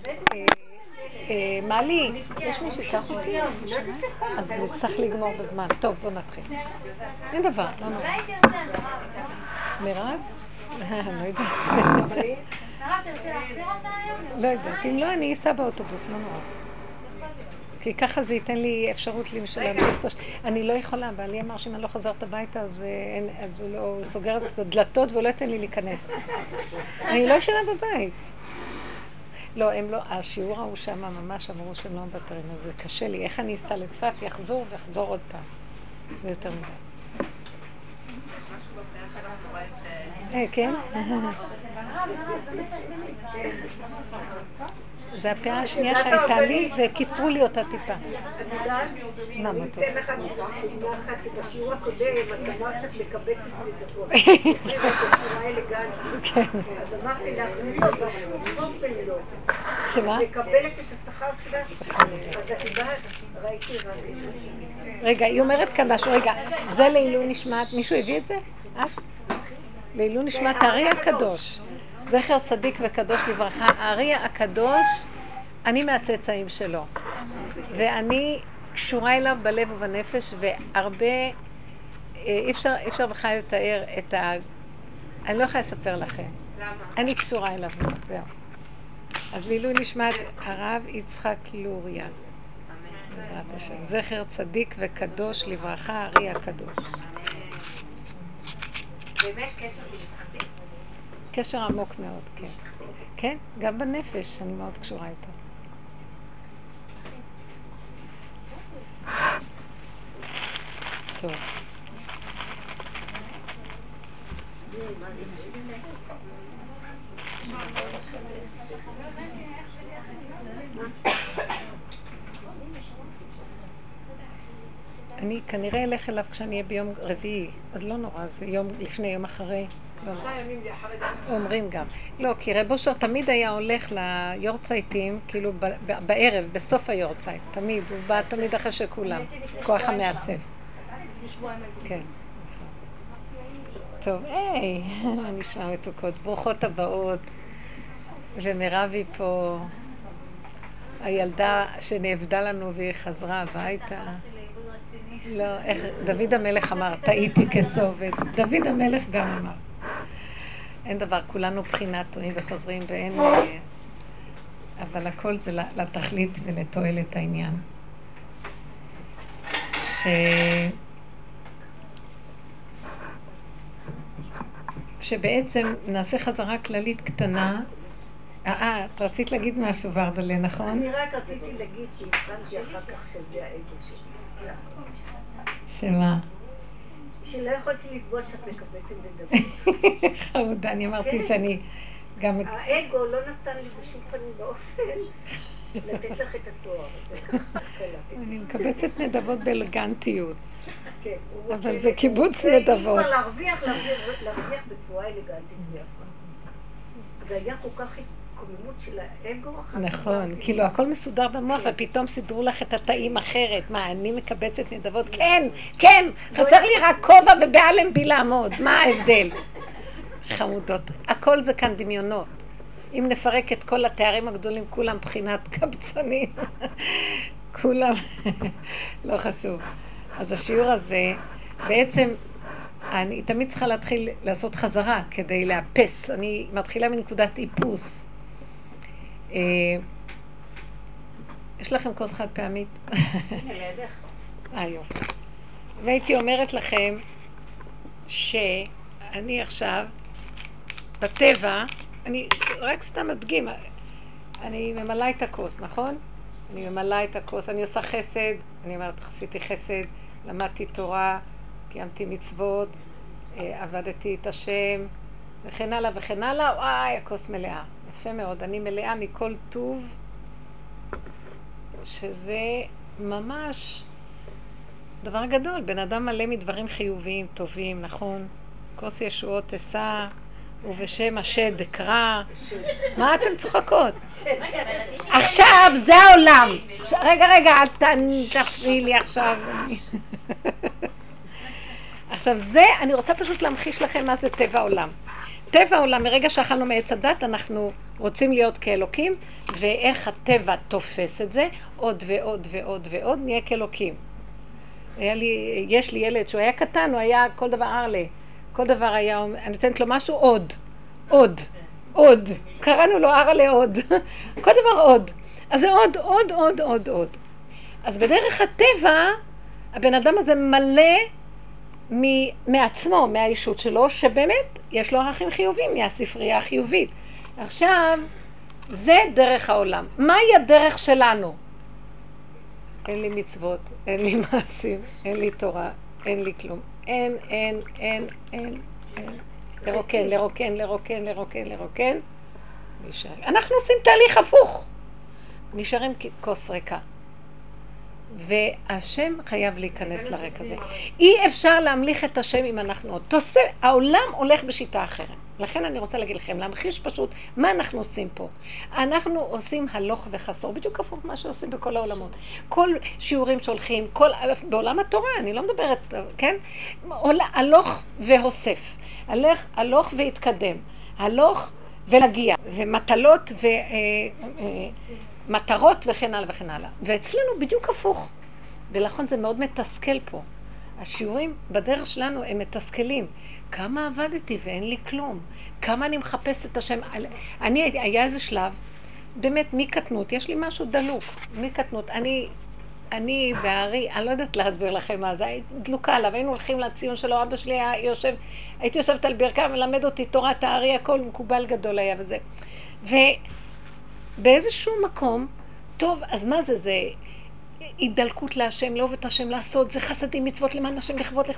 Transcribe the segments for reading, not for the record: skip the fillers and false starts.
מעלי, יש מישהו שיקח אותי? אז נצטרך לגמור בזמן. טוב, בוא נתחיל. אין דבר, לא נורא. מירב? לא יודעת. לא יודעת, אם לא אני אסע באוטובוס, לא נורא. כי ככה זה ייתן לי אפשרות להמשיך את אני לא יכולה, בעלי אמר שאם אני לא חוזרת הביתה אז הוא לא סוגר את הדלתות והוא לא ייתן לי להיכנס. אני לא ישנה בבית. לא, הם לא, השיעור ההוא שם ממש אמרו שהם לא מבטרים, אז זה קשה לי. איך אני אסע לצפת, יחזור ויחזור עוד פעם. זה יותר מדי. כן? זה הפעה השנייה שהייתה לי וקיצרו לי אותה טיפה. מה, מה טוב? אני אתן לך דוגמה אחת שבשיעור הקודם את אמרת שאת מקבצת נדבות. בצורה אלגנטית. אז אמרתי לך, באופן לא. שמה? מקבלת את השכר שלה. אז את יודעת, ראיתי רגע, היא אומרת כאן משהו, רגע, זה לעילוי נשמת, מישהו הביא את זה? לעילוי נשמת הארי הקדוש. זכר צדיק וקדוש לברכה, הארי הקדוש, אני מהצאצאים שלו. ואני קשורה אליו בלב ובנפש, והרבה, אי אפשר בכלל לתאר את אני לא יכולה לספר לכם. למה? אני קשורה אליו, זהו. אז לעילוי נשמת הרב יצחק לוריה. בעזרת השם. זכר צדיק וקדוש לברכה, הארי הקדוש. באמת קשר משפחתי? קשר עמוק מאוד, כן. כן, גם בנפש אני מאוד קשורה איתו. טוב. אני כנראה אלך אליו כשאני אהיה ביום רביעי, אז לא נורא, זה יום לפני, יום אחרי. אומרים גם. לא, כי רב אושר תמיד היה הולך ליורצייטים, כאילו בערב, בסוף היורצייט, תמיד, הוא בא תמיד אחרי שכולם, כוח המאסף. כן. טוב, היי, נשמע מתוקות, ברוכות הבאות, ומירבי פה, הילדה שנאבדה לנו והיא חזרה הביתה. לא, איך, דוד המלך אמר, טעיתי כסובד. דוד המלך גם אמר. אין דבר, כולנו בחינת טועים וחוזרים ואין... אבל הכל זה לתכלית ולתועלת העניין. שבעצם נעשה חזרה כללית קטנה. את רצית להגיד משהו ורדלה, נכון? אני רק רציתי להגיד שהבחנתי אחר כך שזה האגו שלי. שמה? שלא יכולתי לסבול שאת מקבצת לדבר. חמודה, אני אמרתי שאני גם... האגו לא נתן לי בשום פנים באופן לתת לך את התואר הזה. אני מקבצת נדבות באלגנטיות. כן. אבל זה קיבוץ נדבות. זה להרוויח בצורה אלגנטית ויפה. זה היה כל כך התקוממות של האגו. נכון, כאילו הכל מסודר במוח ופתאום סידרו לך את התאים אחרת. מה, אני מקבצת נדבות? כן, כן, חסר לי רק כובע ובאלנבי לעמוד. מה ההבדל? חמודות. הכל זה כאן דמיונות. אם נפרק את כל התארים הגדולים, כולם בחינת קבצנים. כולם, לא חשוב. אז השיעור הזה, בעצם, אני תמיד צריכה להתחיל לעשות חזרה כדי לאפס. אני מתחילה מנקודת איפוס. יש לכם כוס חד פעמית? יופי. והייתי אומרת לכם שאני עכשיו בטבע, אני רק סתם מדגים, אני ממלאה את הכוס, נכון? אני ממלאה את הכוס, אני עושה חסד, אני אומרת, עשיתי חסד, למדתי תורה, קיימתי מצוות, עבדתי את השם, וכן הלאה וכן הלאה, וואי, הכוס מלאה. יפה מאוד, אני מלאה מכל טוב, שזה ממש דבר גדול. בן אדם מלא מדברים חיוביים, טובים, נכון? כוס ישועות תשא, ובשם השד אקרא. מה אתם צוחקות? עכשיו זה העולם. רגע, אל תפריעי לי עכשיו. עכשיו זה, אני רוצה פשוט להמחיש לכם מה זה טבע העולם. טבע העולם, מרגע שאכלנו מעץ הדת, אנחנו רוצים להיות כאלוקים, ואיך הטבע תופס את זה, עוד ועוד ועוד ועוד, נהיה כאלוקים. יש לי ילד שהוא היה קטן, הוא היה כל דבר ארלה, כל דבר היה, אני נותנת לו משהו, עוד, קראנו לו ארלה עוד, כל דבר עוד. אז זה עוד. אז בדרך הטבע, הבן אדם הזה מלא מעצמו, מהאישות שלו, שבאמת יש לו ערכים חיובים, מהספרייה החיובית. עכשיו, זה דרך העולם. מהי הדרך שלנו? אין לי מצוות, אין לי מעשים, אין לי תורה, אין לי כלום. אין. לרוקן. אנחנו עושים תהליך הפוך. נשארים כוס ריקה. והשם חייב להיכנס לרק הזה. אי אפשר להמליך את השם אם אנחנו עוד. העולם הולך בשיטה אחרת. לכן אני רוצה להגיד לכם, להמחיש פשוט מה אנחנו עושים פה. אנחנו עושים הלוך וחסור, בדיוק הפוך מה שעושים בכל העולמות. כל שיעורים שהולכים, בעולם התורה, אני לא מדברת, כן? הלוך והוסף. הלוך והתקדם. הלוך ולהגיע. ומטלות מטרות וכן הלאה וכן הלאה. ואצלנו בדיוק הפוך. ולכן זה מאוד מתסכל פה. השיעורים בדרך שלנו הם מתסכלים. כמה עבדתי ואין לי כלום. כמה אני מחפשת את השם. היה איזה שלב, באמת מקטנות, יש לי משהו דלוק. מקטנות. אני והארי, אני לא יודעת להסביר לכם מה זה, הייתי דלוקה עליו, היינו הולכים לציון שלו, אבא שלי הייתי יושבת על ברכם, מלמד אותי תורת הארי, הכל מקובל גדול היה וזה. באיזשהו מקום, טוב, אז מה זה? זה הידלקות להשם, לאהוב את השם, לעשות, זה חסדים מצוות למען השם, לכבוד.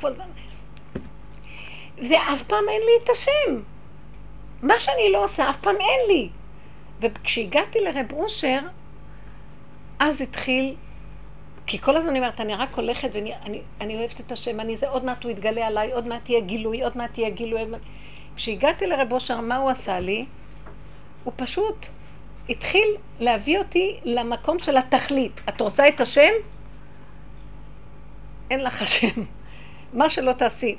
ואף פעם אין לי את השם. מה שאני לא עושה, אף פעם אין לי. וכשהגעתי לרב אושר, אז התחיל, כי כל הזמן אני אומרת, אני רק הולכת ואני אוהבת את השם, זה עוד מעט הוא יתגלה עליי, עוד מעט תהיה גילוי. כשהגעתי לרב אושר, מה הוא עשה לי? הוא פשוט התחיל להביא אותי למקום של התכלית. את רוצה את השם? אין לך השם. מה שלא תעשי,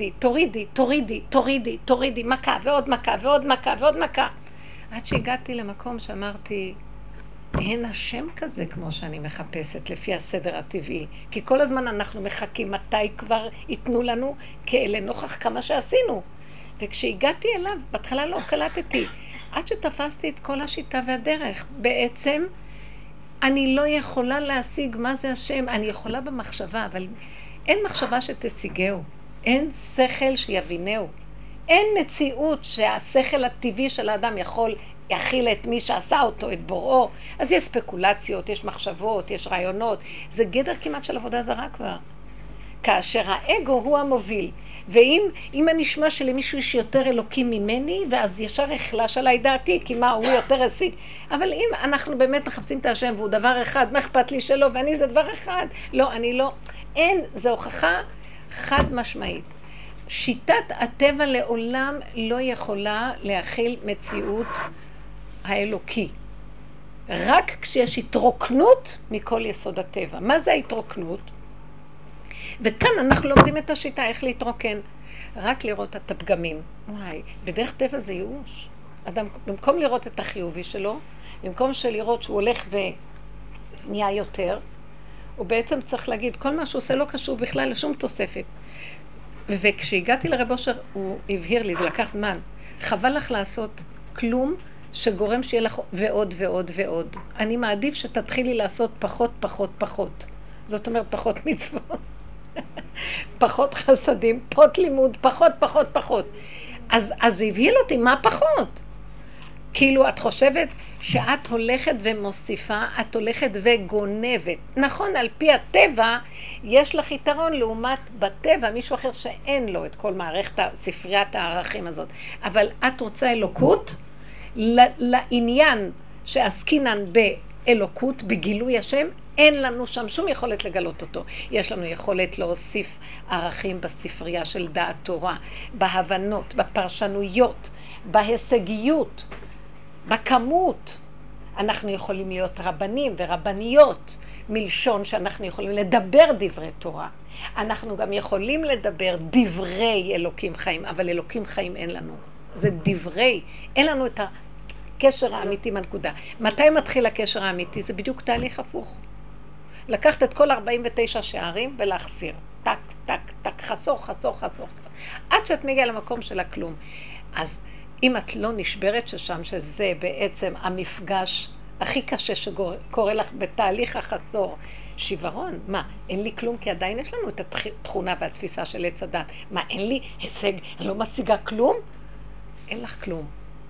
תורידי, מכה ועוד מכה. עד שהגעתי למקום שאמרתי, אין השם כזה כמו שאני מחפשת לפי הסדר הטבעי. כי כל הזמן אנחנו מחכים מתי כבר ייתנו לנו כאלה נוכח כמה שעשינו. וכשהגעתי אליו, בהתחלה לא קלטתי. עד שתפסתי את כל השיטה והדרך, בעצם אני לא יכולה להשיג מה זה השם. אני יכולה במחשבה, אבל אין מחשבה שתשיגהו. אין שכל שיבינהו. אין מציאות שהשכל הטבעי של האדם יכול יכיל את מי שעשה אותו, את בוראו. אז יש ספקולציות, יש מחשבות, יש רעיונות. זה גדר כמעט של עבודה זרה כבר. כאשר האגו הוא המוביל. ואם הנשמע שלמישהו יש יותר אלוקים ממני, ואז ישר החלש עליי דעתי, כי מה, הוא יותר השיג. אבל אם אנחנו באמת מחפשים את השם, והוא דבר אחד, מה אכפת לי שלו, ואני זה דבר אחד. לא, אני לא. אין, זו הוכחה חד משמעית. שיטת הטבע לעולם לא יכולה להכיל מציאות האלוקי. רק כשיש התרוקנות מכל יסוד הטבע. מה זה ההתרוקנות? וכאן אנחנו לומדים את השיטה, איך להתרוקן. רק לראות את הפגמים. וואי, בדרך טבע זה ייאוש. אדם, במקום לראות את החיובי שלו, במקום לראות שהוא הולך ונהיה יותר, הוא בעצם צריך להגיד, כל מה שהוא עושה לא קשור בכלל לשום תוספת. וכשהגעתי לרב אושר, הוא הבהיר לי, זה לקח זמן. חבל לך לעשות כלום שגורם שיהיה לך ועוד. אני מעדיף שתתחילי לעשות פחות. זאת אומרת, פחות מצוות. פחות חסדים, פחות לימוד, פחות. אז זה הבהיל אותי, מה פחות? כאילו את חושבת שאת הולכת ומוסיפה, את הולכת וגונבת. נכון, על פי הטבע יש לך יתרון לעומת בטבע, מישהו אחר שאין לו את כל מערכת ספריית הערכים הזאת. אבל את רוצה אלוקות לעניין שעסקינן באלוקות, בגילוי השם, אין לנו שם שום יכולת לגלות אותו. יש לנו יכולת להוסיף ערכים בספרייה של דעת תורה, בהבנות, בפרשנויות, בהישגיות, בכמות. אנחנו יכולים להיות רבנים ורבניות, מלשון שאנחנו יכולים לדבר דברי תורה. אנחנו גם יכולים לדבר דברי אלוקים חיים, אבל אלוקים חיים אין לנו. זה דברי, אין לנו את הקשר האמיתי מהנקודה. מתי מתחיל הקשר האמיתי? זה בדיוק תהליך הפוך. לקחת את כל 49 שערים ולהחסיר. טק, טק, טק, חסוך, חסוך, חסוך. עד שאת מגיעה למקום של הכלום. אז אם את לא נשברת ששם, שזה בעצם המפגש הכי קשה שקורה לך בתהליך החסור, שיוורון, מה, אין לי כלום? כי עדיין יש לנו את התכונה והתפיסה של עץ הדת. מה, אין לי הישג, אני לא משיגה כלום? אין לך כלום.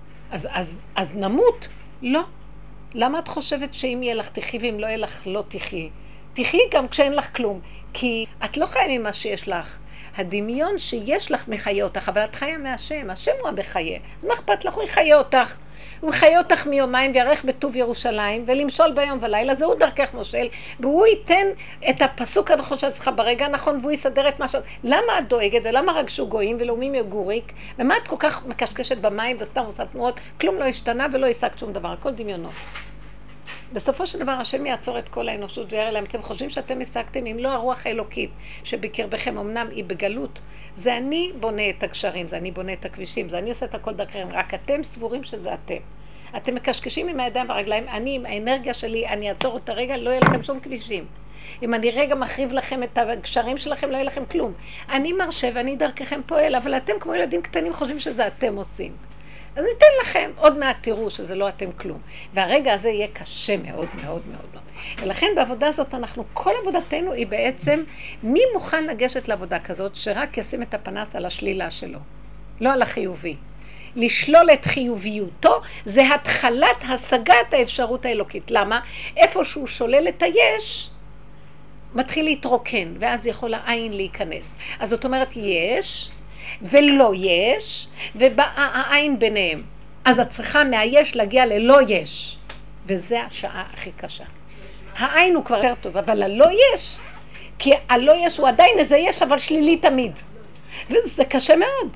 אז נמות? לא. למה את חושבת שאם יהיה לך תחי ואם לא יהיה לך לא תחי? תחי גם כשאין לך כלום, כי את לא חיה ממה שיש לך. הדמיון שיש לך מחיה אותך, אבל את חיה מהשם, השם הוא המחיה. אז מה אכפת לך? הוא יחיה אותך. הוא יחיה אותך מיומיים ויערך בטוב ירושלים, ולמשול ביום ולילה, זהו דרכך מושל, והוא ייתן את הפסוק הנכון שאת צריכה ברגע הנכון, והוא יסדר את מה שאת... למה את דואגת ולמה רגשו גויים ולאומים יגוריק? ומה את כל כך מקשקשת במים וסתם עושה תנועות? כלום לא השתנה ולא ישג שום דבר, הכל דמיונות. בסופו של דבר השם יעצור את כל האנושות ויראה להם, אתם חושבים שאתם השגתם, אם לא הרוח האלוקית שבקרבכם אמנם היא בגלות, זה אני בונה את הגשרים, זה אני בונה את הכבישים, זה אני עושה את הכל דרככם, רק אתם סבורים שזה אתם. אתם מקשקשים עם הידיים והרגליים, אני עם האנרגיה שלי, אני אעצור את הרגע, לא יהיה לכם שום כבישים. אם אני רגע מחריב לכם את הגשרים שלכם, לא יהיה לכם כלום. אני מרשה ואני דרככם פועל, אבל אתם כמו ילדים קטנים חושבים שזה אתם עושים. אז ניתן לכם, עוד מעט תראו שזה לא אתם כלום. והרגע הזה יהיה קשה מאוד מאוד מאוד. ולכן בעבודה הזאת כל עבודתנו היא בעצם, מי מוכן לגשת לעבודה כזאת שרק ישים את הפנס על השלילה שלו, לא על החיובי. לשלול את חיוביותו זה התחלת השגת האפשרות האלוקית. למה? איפה שהוא שולל את היש, מתחיל להתרוקן, ואז יכול העין להיכנס. אז זאת אומרת, יש ולא יש, והעין ביניהם. אז את צריכה מהיש להגיע ללא יש, וזה השעה הכי קשה. העין הוא כבר יותר טוב, אבל הלא יש, כי הלא יש הוא עדיין איזה יש, אבל שלילי תמיד. וזה קשה מאוד.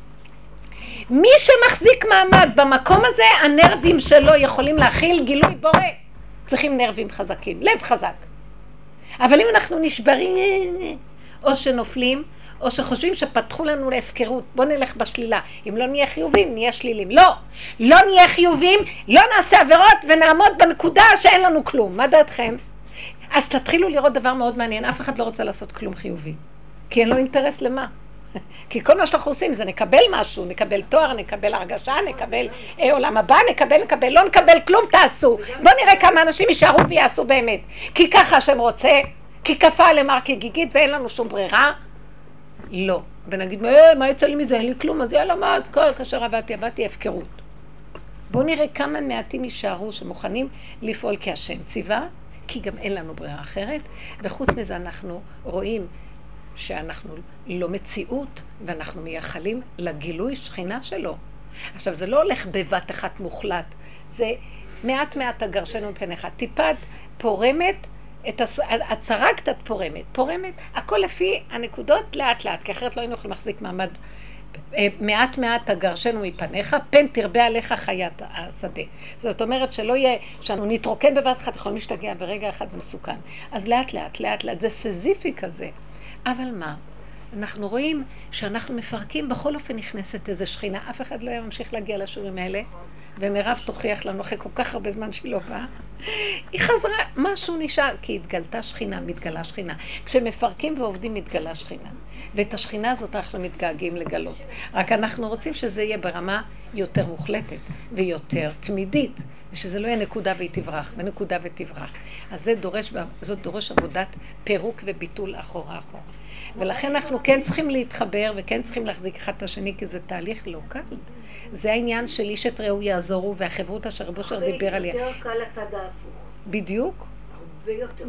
מי שמחזיק מעמד במקום הזה, הנרבים שלו יכולים להכיל גילוי בורא. צריכים נרבים חזקים, לב חזק. אבל אם אנחנו נשברים, או שנופלים, או שחושבים שפתחו לנו להפקרות, בוא נלך בשלילה. אם לא נהיה חיובים, נהיה שלילים. לא, לא נהיה חיובים, לא נעשה עבירות ונעמוד בנקודה שאין לנו כלום. מה דעתכם? אז תתחילו לראות דבר מאוד מעניין, אף אחד לא רוצה לעשות כלום חיובי. כי אין לו אינטרס למה. כי כל מה שאנחנו עושים זה נקבל משהו, נקבל תואר, נקבל הרגשה, נקבל עולם הבא, נקבל, לא נקבל כלום, תעשו. בוא נראה כמה אנשים יישארו ויעשו באמת. כי ככה השם רוצה, כי כפה עליהם הר כגיגית ואין לנו שום ברירה. לא. ונגיד, מה יצא לי מזה? אין לי כלום, אז יאללה, מה? כאשר עבדתי הפקרות. בואו נראה כמה מעטים יישארו שמוכנים לפעול כהשם ציווה, כי גם אין לנו ברירה אחרת. וחוץ מזה אנחנו רואים שאנחנו לא מציאות, ואנחנו מייחלים לגילוי שכינה שלו. עכשיו, זה לא הולך בבת אחת מוחלט, זה מעט מעט הגרשנו מפן אחד. טיפת פורמת, הצרה קצת פורמת, הכל לפי הנקודות לאט לאט, כי אחרת לא היינו יכולים להחזיק מעמד. מעט מעט הגרשנו מפניך, פן תרבה עליך חיית השדה. זאת אומרת שלא יהיה, שאנו נתרוקן בבת אחת, יכולים להשתגע ברגע אחד, זה מסוכן. אז לאט לאט, זה סזיפי כזה. אבל מה? אנחנו רואים שאנחנו מפרקים, בכל אופן נכנסת איזו שכינה, אף אחד לא היה ממשיך להגיע לשיעורים האלה, ומירב תוכיח לנו אחרי כל כך הרבה זמן שהיא לא באה. היא חזרה, משהו נשאר, כי התגלתה שכינה, מתגלה שכינה. כשמפרקים ועובדים מתגלה שכינה. ואת השכינה הזאת אנחנו מתגעגעים לגלות. רק אנחנו רוצים שזה יהיה ברמה יותר מוחלטת ויותר תמידית, ושזה לא יהיה נקודה והיא תברח, ונקודה ותברח. אז זאת דורש עבודת פירוק וביטול אחורה. ולכן אנחנו כן צריכים להתחבר וכן צריכים להחזיק אחד את השני, כי זה תהליך לא קל. זה העניין של איש את רעהו יעזורו, והחברות אשר רבו אשר דיבר עליה. זה יותר קל לצד ההפוך. בדיוק. הרבה יותר.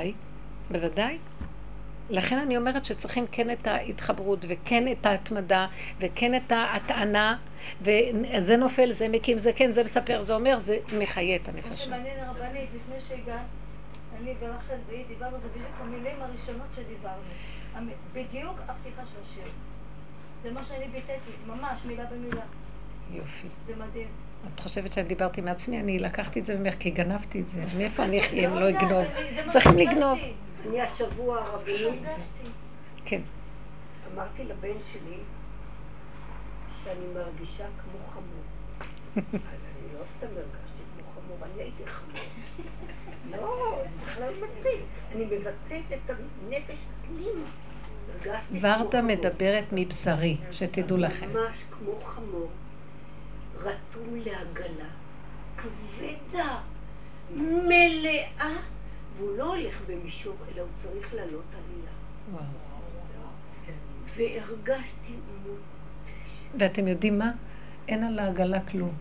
בוודאי. לכן אני אומרת שצריכים כן את ההתחברות, וכן את ההתמדה, וכן את הטענה, וזה נופל, זה מקים, זה כן, זה מספר, זה אומר, זה מחיה את הנפש. מה שמעניין הרבנית, לפני שהגעת, אני ורחל והיא דיברנו, זה בדיוק המילים הראשונות שדיברנו. בדיוק הפתיחה של השיר. זה מה שאני ביטאתי, ממש, מילה במילה. יופי. זה מדהים. את חושבת שאני דיברתי מעצמי? אני לקחתי את זה ממך, כי גנבתי את זה. מאיפה אני אחיה אם לא אגנוב? צריכים לגנוב. אני השבוע הרביעי, כן. אמרתי לבן שלי שאני מרגישה כמו חמור. אני לא סתם הרגשתי כמו חמור, אני הייתי חמור. לא, זה בכלל מצחיק. אני מבטאת את הנפש הפנימה. ורדה מדברת מבשרי, שתדעו לכם. ממש כמו חמור, רתום לעגלה, כבדה, מלאה, והוא לא הולך במישור, אלא הוא צריך לעלות עלייה. והרגשתי מותשת. ואתם יודעים מה? אין על העגלה כלום.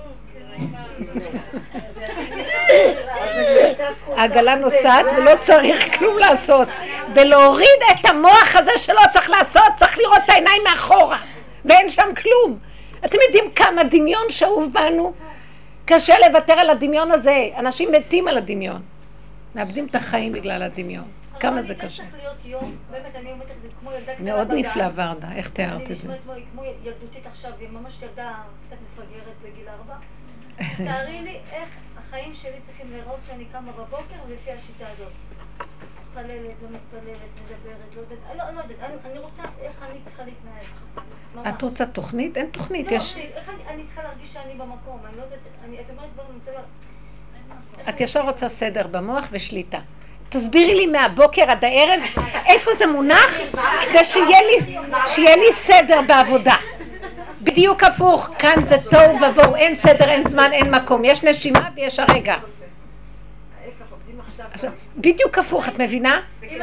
העגלה נוסעת ולא צריך כלום לעשות. ולהוריד את המוח הזה שלא צריך לעשות, צריך לראות את העיניים מאחורה. ואין שם כלום. אתם יודעים כמה דמיון שאהוב בנו? קשה לוותר על הדמיון הזה. אנשים מתים על הדמיון. מאבדים את החיים בגלל הדמיון. כמה זה קשה. מאוד נפלא ורדה, איך תיארת את זה? אני נשמעת כמו ילדותית עכשיו, היא ממש ילדה קצת מפגרת בגיל 4. תארי לי איך החיים שלי צריכים לראות שאני קמה בבוקר לפי השיטה הזאת. מתפללת, לא מתפללת, מדברת, לא יודעת, אני רוצה איך אני צריכה להתנהל. את רוצה תוכנית? אין תוכנית, לא, יש... איך אני צריכה להרגיש שאני במקום, אני לא יודעת, את אומרת כבר, אני רוצה לה... את ישר רוצה סדר במוח ושליטה. תסבירי לי מהבוקר עד הערב איפה זה מונח כדי שיהיה לי סדר בעבודה. בדיוק הפוך, כאן זה טוב ובואו, אין סדר, אין זמן, אין מקום, יש נשימה ויש הרגע. בדיוק הפוך, את מבינה?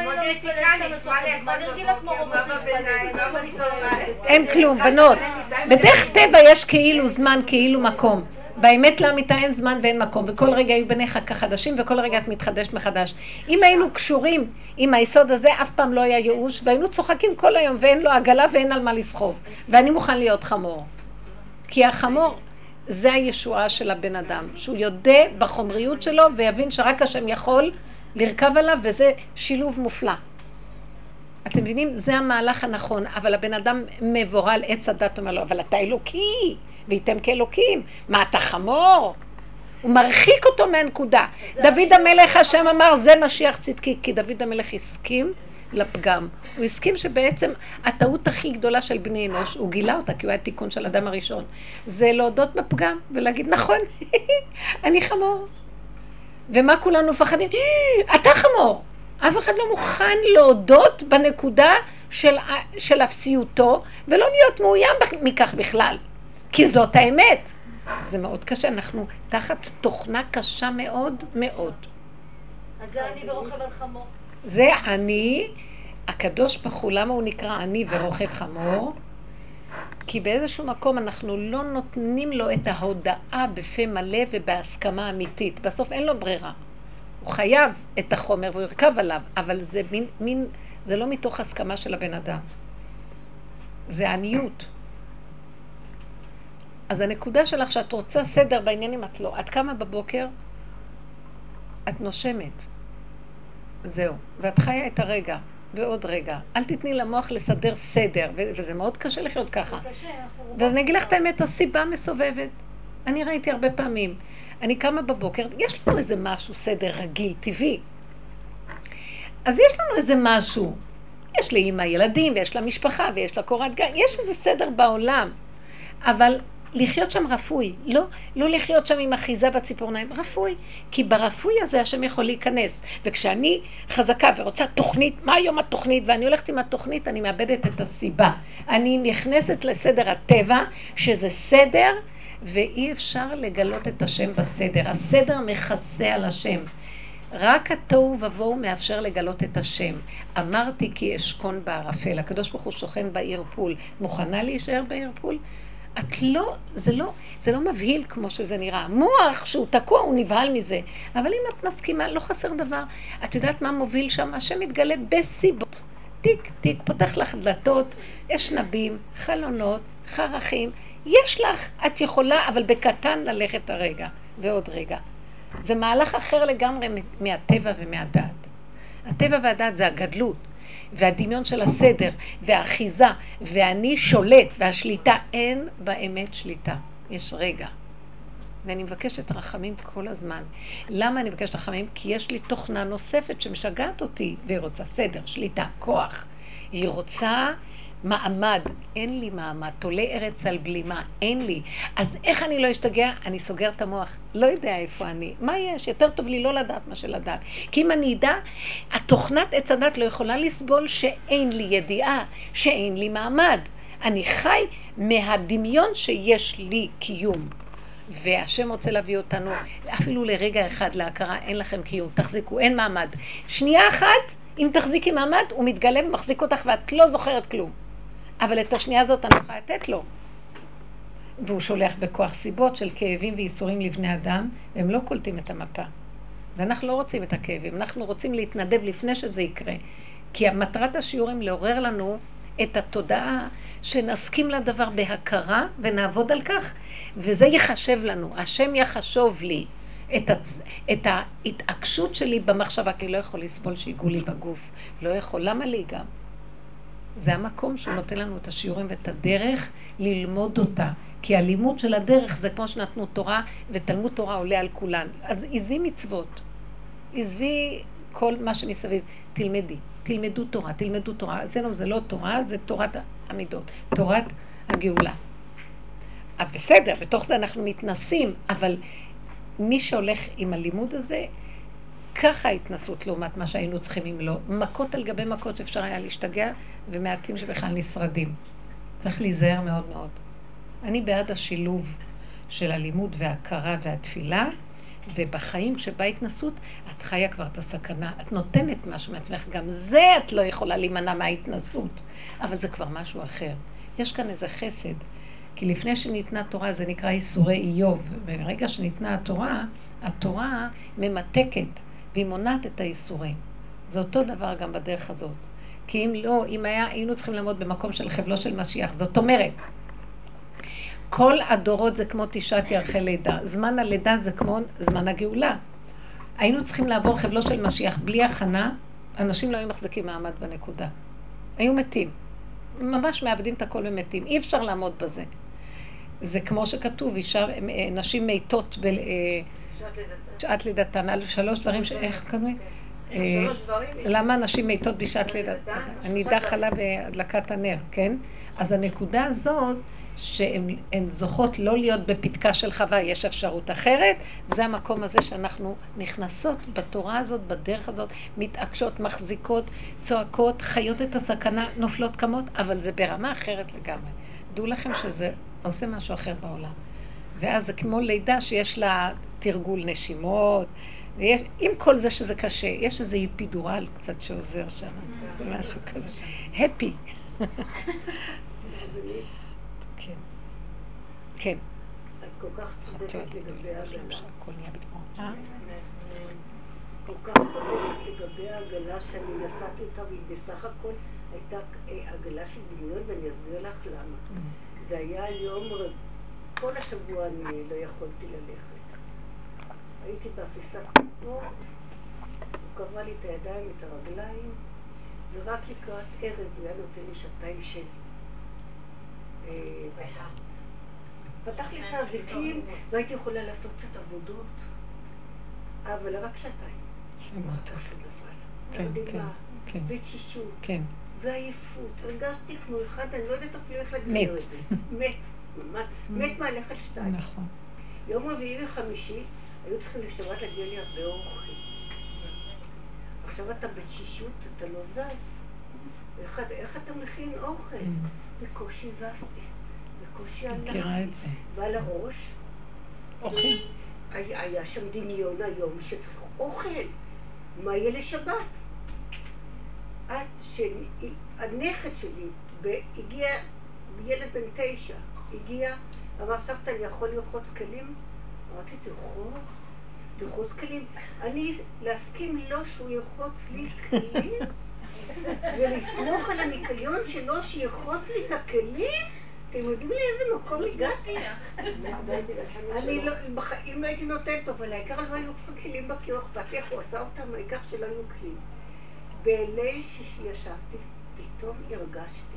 אין כלום, בנות. בדרך טבע יש כאילו זמן, כאילו מקום. באמת לאמיתה אין זמן ואין מקום, וכל רגע היו בניך כחדשים, וכל רגע את מתחדשת מחדש. אם היינו קשורים עם היסוד הזה, אף פעם לא היה ייאוש, והיינו צוחקים כל היום, ואין לו עגלה ואין על מה לסחוב. ואני מוכן להיות חמור. כי החמור זה הישועה של הבן אדם, שהוא יודע בחומריות שלו, ויבין שרק השם יכול לרכב עליו, וזה שילוב מופלא. אתם מבינים? זה המהלך הנכון, אבל הבן אדם מבורל עץ הדת, אומר לו, אבל אתה אלוקי, וייתם כאלוקים, מה אתה חמור? הוא מרחיק אותו מהנקודה. דוד המלך השם אמר, זה משיח צדקי, כי דוד המלך הסכים לפגם. הוא הסכים שבעצם הטעות הכי גדולה של בני אנוש, הוא גילה אותה, כי הוא היה תיקון של אדם הראשון, זה להודות בפגם ולהגיד, נכון, אני חמור. ומה כולנו מפחדים? אתה חמור. אף אחד לא מוכן להודות בנקודה של אפסיותו, ולא להיות מאוים מכך בכלל. כי זאת האמת. זה מאוד קשה, אנחנו תחת תוכנה קשה מאוד מאוד. אז זה אני ורוכב על חמור. זה אני, הקדוש ברוך הוא, למה הוא נקרא אני ורוכב חמור? כי באיזשהו מקום אנחנו לא נותנים לו את ההודעה בפה מלא ובהסכמה אמיתית. בסוף אין לו ברירה. הוא חייב את החומר והוא ירכב עליו, אבל זה זה לא מתוך הסכמה של הבן אדם. זה עניות. אז הנקודה שלך שאת רוצה סדר בעניינים, את לא. את קמה בבוקר, את נושמת. זהו. ואת חיה את הרגע, ועוד רגע. אל תתני למוח לסדר סדר, וזה מאוד קשה לחיות ככה. זה קשה, ואז אני אגיד לך את האמת, הסיבה מסובבת. אני ראיתי הרבה פעמים. אני קמה בבוקר, יש לנו איזה משהו, סדר רגיל, טבעי. אז יש לנו איזה משהו. יש לאמא ילדים, ויש לה משפחה, ויש לה קורת גג. יש איזה סדר בעולם. אבל לחיות שם רפוי, לא לחיות שם עם אחיזה בציפורניים, רפוי. כי ברפוי הזה השם יכול להיכנס. וכשאני חזקה ורוצה תוכנית, מה היום התוכנית? ואני הולכת עם התוכנית, אני מאבדת את הסיבה. אני נכנסת לסדר הטבע, שזה סדר, ואי אפשר לגלות את השם בסדר. הסדר מכסה על השם. רק התוהו ובוהו מאפשר לגלות את השם. אמרתי כי אשכון בערפל. הקדוש ברוך הוא שוכן בעיר פול. מוכנה להישאר בעיר פול? את לא, זה לא מבהיל כמו שזה נראה. מוח שהוא תקוע, הוא נבהל מזה. אבל אם את מסכימה, לא חסר דבר. את יודעת מה מוביל שם? השם מתגלה בסיבות. טיק טיק, פותח לך דלתות, יש נבים, חלונות, חרכים. יש לך, את יכולה, אבל בקטן ללכת הרגע, ועוד רגע. זה מהלך אחר לגמרי מהטבע ומהדת. הטבע והדת זה הגדלות, והדמיון של הסדר, והאחיזה, ואני שולט, והשליטה, אין באמת שליטה. יש רגע. ואני מבקשת רחמים כל הזמן. למה אני מבקשת רחמים? כי יש לי תוכנה נוספת שמשגעת אותי, והיא רוצה סדר, שליטה, כוח. היא רוצה מעמד, אין לי מעמד, תולה ארץ על בלימה, אין לי. אז איך אני לא אשתגע? אני סוגר את המוח, לא יודע איפה אני. מה יש? יותר טוב לי לא לדעת מה שלדעת. כי אם אני אדע, התוכנת עץ הדת לא יכולה לסבול שאין לי ידיעה, שאין לי מעמד. אני חי מהדמיון שיש לי קיום. והשם רוצה להביא אותנו אפילו לרגע אחד להכרה, אין לכם קיום, תחזיקו, אין מעמד. שנייה אחת, אם תחזיקי מעמד, הוא מתגלה ומחזיק אותך ואת לא זוכרת כלום. אבל את השנייה הזאת אני יכולה לתת לו. והוא שולח בכוח סיבות של כאבים וייסורים לבני אדם, והם לא קולטים את המפה. ואנחנו לא רוצים את הכאבים, אנחנו רוצים להתנדב לפני שזה יקרה. כי המטרת השיעורים לעורר לנו את התודעה שנסכים לדבר בהכרה ונעבוד על כך, וזה יחשב לנו. השם יחשוב לי את ההתעקשות שלי במחשבה, כי לא יכול לסבול שיגעו לי בגוף. לא יכול, למה לי גם? זה המקום שהוא נותן לנו את השיעורים ואת הדרך ללמוד אותה. כי הלימוד של הדרך זה כמו שנתנו תורה, ותלמוד תורה עולה על כולן. אז עזבי מצוות, עזבי כל מה שמסביב, תלמדי. תלמדו תורה, תלמדו תורה. אצלנו זה לא תורה, זה תורת המידות, תורת הגאולה. בסדר, בתוך זה אנחנו מתנסים, אבל מי שהולך עם הלימוד הזה, ככה ההתנסות לעומת מה שהיינו צריכים אם לא. מכות על גבי מכות שאפשר היה להשתגע, ומעטים שבכלל נשרדים. צריך להיזהר מאוד מאוד. אני בעד השילוב של הלימוד וההכרה והתפילה, ובחיים כשבא התנסות, את חיה כבר את הסכנה, את נותנת משהו מעצמך, גם זה את לא יכולה להימנע מההתנסות, אבל זה כבר משהו אחר. יש כאן איזה חסד, כי לפני שניתנה תורה זה נקרא איסורי איוב, וברגע שניתנה התורה, התורה ממתקת, והיא מונעת את האיסורים. זה אותו דבר גם בדרך הזאת. כי אם לא, אם היינו צריכים לעמוד במקום של חבלו של משיח, זאת אומרת, כל הדורות זה כמו תשעת ירחי לידה. זמן הלידה זה כמו זמן הגאולה. היינו צריכים לעבור חבלו של משיח בלי הכנה, אנשים לא היו מחזיקים מעמד בנקודה. היו מתים. ממש מאבדים את הכל ומתים. אי אפשר לעמוד בזה. זה כמו שכתוב, נשים מתות בשעת לידתן. על 3 דברים איך קוראים? 3 דברים. למה נשים מתות בשעת לידתן? הנידה, חלה והדלקת הנר, כן? אז הנקודה הזאת, שהן זוכות לא להיות בפתקה של חווה, יש אפשרות אחרת, זה המקום הזה שאנחנו נכנסות בתורה הזאת, בדרך הזאת, מתעקשות, מחזיקות, צועקות, חיות את הסכנה, נופלות כמות, אבל זה ברמה אחרת לגמרי. דעו לכם שזה עושה משהו אחר בעולם. ואז זה כמו לידה שיש לה תרגול נשימות, עם כל זה שזה קשה, יש איזה איפידורל קצת שעוזר שם, משהו כזה. הפי. כן. כן. את כל כך צודקת לגבי העגלה. כל כך צודקת לגבי העגלה שאני נסעתי אותה, והיא בסך הכל הייתה עגלה של דמיון, ואני אסביר לך למה. זה היה יום רב, כל השבוע אני לא יכולתי ללכת. הייתי באפיסת כוחות, הוא קבע לי את הידיים, את הרגליים, ורק לקראת ערב הוא היה נותן לי 2 שלי. פתח לי את האזיקים והייתי יכולה לעשות קצת עבודות, אבל רק 2. משהו נפל. ותשישות ועייפות. הרגשתי כמו אחד, אני לא יודעת אפילו איך להגדיר את זה. מת מהלכת 2. נכון. יום רביעי וחמישי היו צריכים לשבת להגיע לי הרבה אורחים. עכשיו אתה בתשישות, אתה לא זז. איך אתה מכין אוכל? בקושי זזתי, בקושי הלכתי. ועל הראש היה שם דמיון היום שצריך אוכל. מה יהיה לשבת? עד שהנכד שלי הגיע, ילד בן 9, הגיע, אמר סבתא, אני יכול לרחוץ כלים? אמרתי, תרחוץ כלים. אני להסכים לו שהוא ירחוץ לי כלים? ולסמוך על הניקיון שלו שירחוץ לי את הכלים? אתם יודעים לי איזה מקום הגעתי? אני בחיים לא הייתי נותנת, אבל העיקר לא היו כבר כלים בקיוח, אכפת לי איך הוא עשה אותם, העיקר שלא היו כלים. בליל שישי ישבתי, פתאום הרגשתי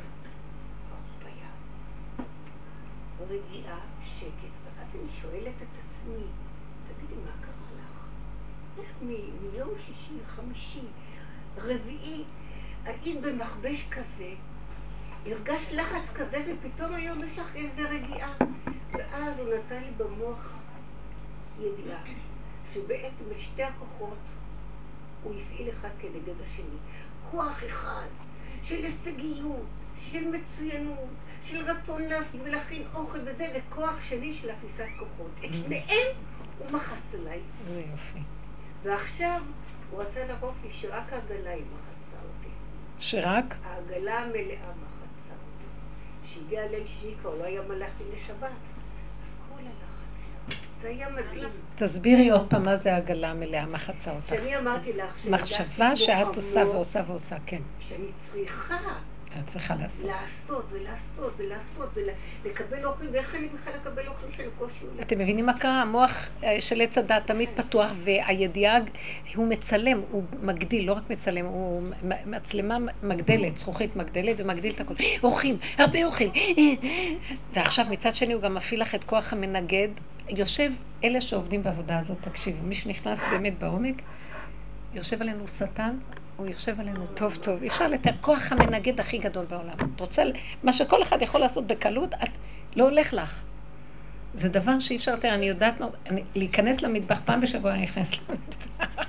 רגיעה, שקט, ואז אני שואלת את עצמי, תגידי, מה קרה לך? איך מיום שישי, חמישי, רביעי, היית במכבש כזה, הרגשת לחץ כזה, ופתאום היום יש לך איזה רגיעה. ואז הוא נתן לי במוח ידיעה, שבעצם את שתי הכוחות הוא הפעיל אחד כנגד השני. כוח אחד של הישגיות, של מצוינות, של רצון להשיג ולהכין אוכל וזה, וכוח שני של אפיסת כוחות. את שניהם הוא מחץ עליי. זה יופי. ועכשיו הוא רצה להראות לי שרק העגלה היא מחצה אותי. שרק? העגלה המלאה מחצה אותי. שהגיע ליל שישי כבר לא היה מלאכי לשבת. אז כל הלחץ. זה היה מדהים. תסבירי עוד פעם מה זה העגלה המלאה, מה חצה אותך. שאני אמרתי לך מחשבה שאת עושה ועושה ועושה, כן. שאני צריכה את צריכה לעשות. לעשות ולעשות ולעשות ולקבל אוכל, ואיך אני בכלל לקבל אוכל של קושי עולה. אתם מבינים מה קרה? המוח של עץ הדת תמיד פתוח, והידיעה הוא מצלם, הוא מגדיל, לא רק מצלם, הוא מצלמה מגדלת, זכוכית מגדלת ומגדיל את הכל. אורחים, הרבה אוכל. ועכשיו מצד שני הוא גם מפעיל לך את כוח המנגד. יושב, אלה שעובדים בעבודה הזאת, תקשיבו, מי שנכנס באמת בעומק, יושב עלינו שטן, הוא יושב עלינו טוב טוב. אי אפשר לתאר, כוח המנגד הכי גדול בעולם. את רוצה, מה שכל אחד יכול לעשות בקלות, את לא הולך לך. זה דבר שאי אפשר לתאר, אני יודעת, להיכנס למטבח פעם בשבוע, אני נכנס למטבח.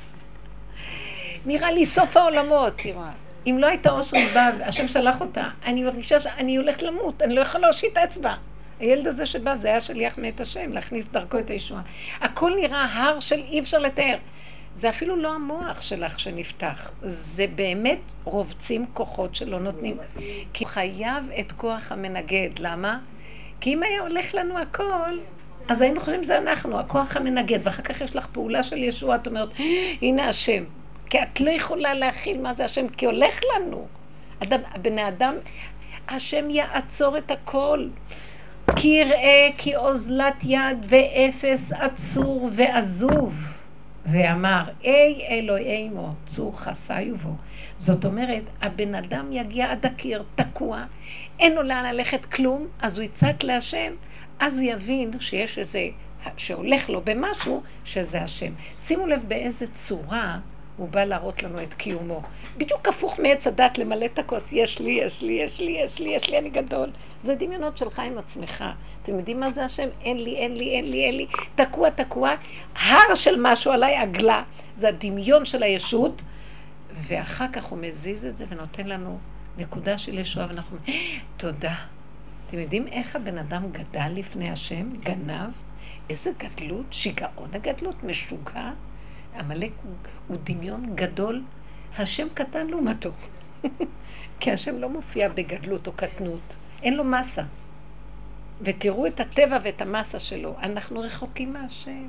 נראה לי סוף העולמות, תראה. אם לא הייתה אושרית באה, השם שלח אותה, אני מרגישה שאני הולכת למות, אני לא יכולה להושיט אצבע. הילד הזה שבא, זה היה שליח מאת השם, להכניס דרכו את הישועה. הכל נראה הר של אי אפשר לתאר. זה אפילו לא המוח שלך שנפתח, זה באמת רובצים כוחות שלא נותנים. כי הוא חייב את כוח המנגד. למה? כי אם היה הולך לנו הכל, אז היינו חושבים שזה אנחנו, הכוח המנגד, ואחר כך יש לך פעולה של ישוע, את אומרת, הנה השם. כי את לא יכולה להכיל מה זה השם, כי הולך לנו. הבן האדם, השם יעצור את הכל. כי יראה, כי אוזלת יד ואפס עצור ועזוב. ואמר, אי אלוהימו, צור חסיו בו. זאת אומרת, הבן אדם יגיע עד הקיר, תקוע, אין לו לאן ללכת כלום, אז הוא יצעק להשם, אז הוא יבין שיש איזה, שהולך לו במשהו, שזה השם. שימו לב באיזה צורה הוא בא להראות לנו את קיומו. בדיוק הפוך מעץ הדת למלא את הכוס, יש לי, יש לי, יש לי, יש לי, יש לי, אני גדול. זה דמיונות שלך עם עצמך. אתם יודעים מה זה השם? אין לי, אין לי, אין לי, אין לי. תקוע, תקוע. הר של משהו עליי עגלה. זה הדמיון של הישות. ואחר כך הוא מזיז את זה ונותן לנו נקודה של ישועה. ואנחנו אומרים, תודה. אתם יודעים איך הבן אדם גדל לפני השם? גנב? איזה גדלות? שיגעון הגדלות? משוגע? המלאק הוא דמיון גדול. השם קטן לעומתו. כי השם לא מופיע בגדלות או קטנות. אין לו מסה. ותראו את הטבע ואת המסה שלו. אנחנו רחוקים מהשם.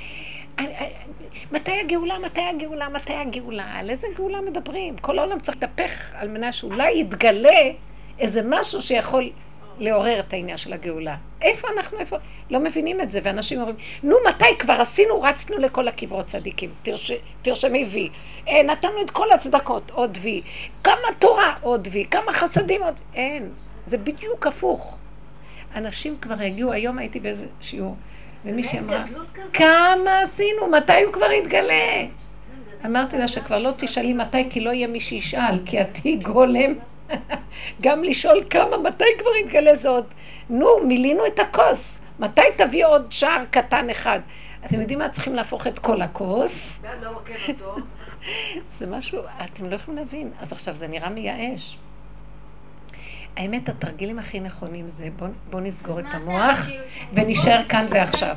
מתי הגאולה? מתי הגאולה? מתי הגאולה? על איזה גאולה מדברים? כל העולם צריך להתהפך על מנה שאולי יתגלה איזה משהו שיכול לעורר את העניין של הגאולה. איפה אנחנו? איפה? לא מבינים את זה. ואנשים אומרים, נו, מתי כבר עשינו? רצנו לכל הקברות צדיקים. תרשמי וי. נתנו את כל הצדקות, עוד וי. כמה תורה, עוד וי. כמה חסדים, עוד וי. אין. זה בדיוק הפוך. אנשים כבר הגיעו, היום הייתי באיזה שיעור, ומישהי אמרה, כמה עשינו? מתי הוא כבר יתגלה? אמרתי לה שכבר לא תשאלי מתי, כי לא יהיה מי שישאל, כי עתי גולם. גם לשאול כמה, מתי כבר יתגלה זה עוד. נו, מילינו את הכוס. מתי תביא עוד שער קטן אחד? אתם יודעים מה? צריכים להפוך את כל הכוס. זה משהו, אתם לא יכולים להבין. אז עכשיו זה נראה מייאש. האמת, התרגילים הכי נכונים זה, בוא נסגור את המוח ונשאר כאן ועכשיו.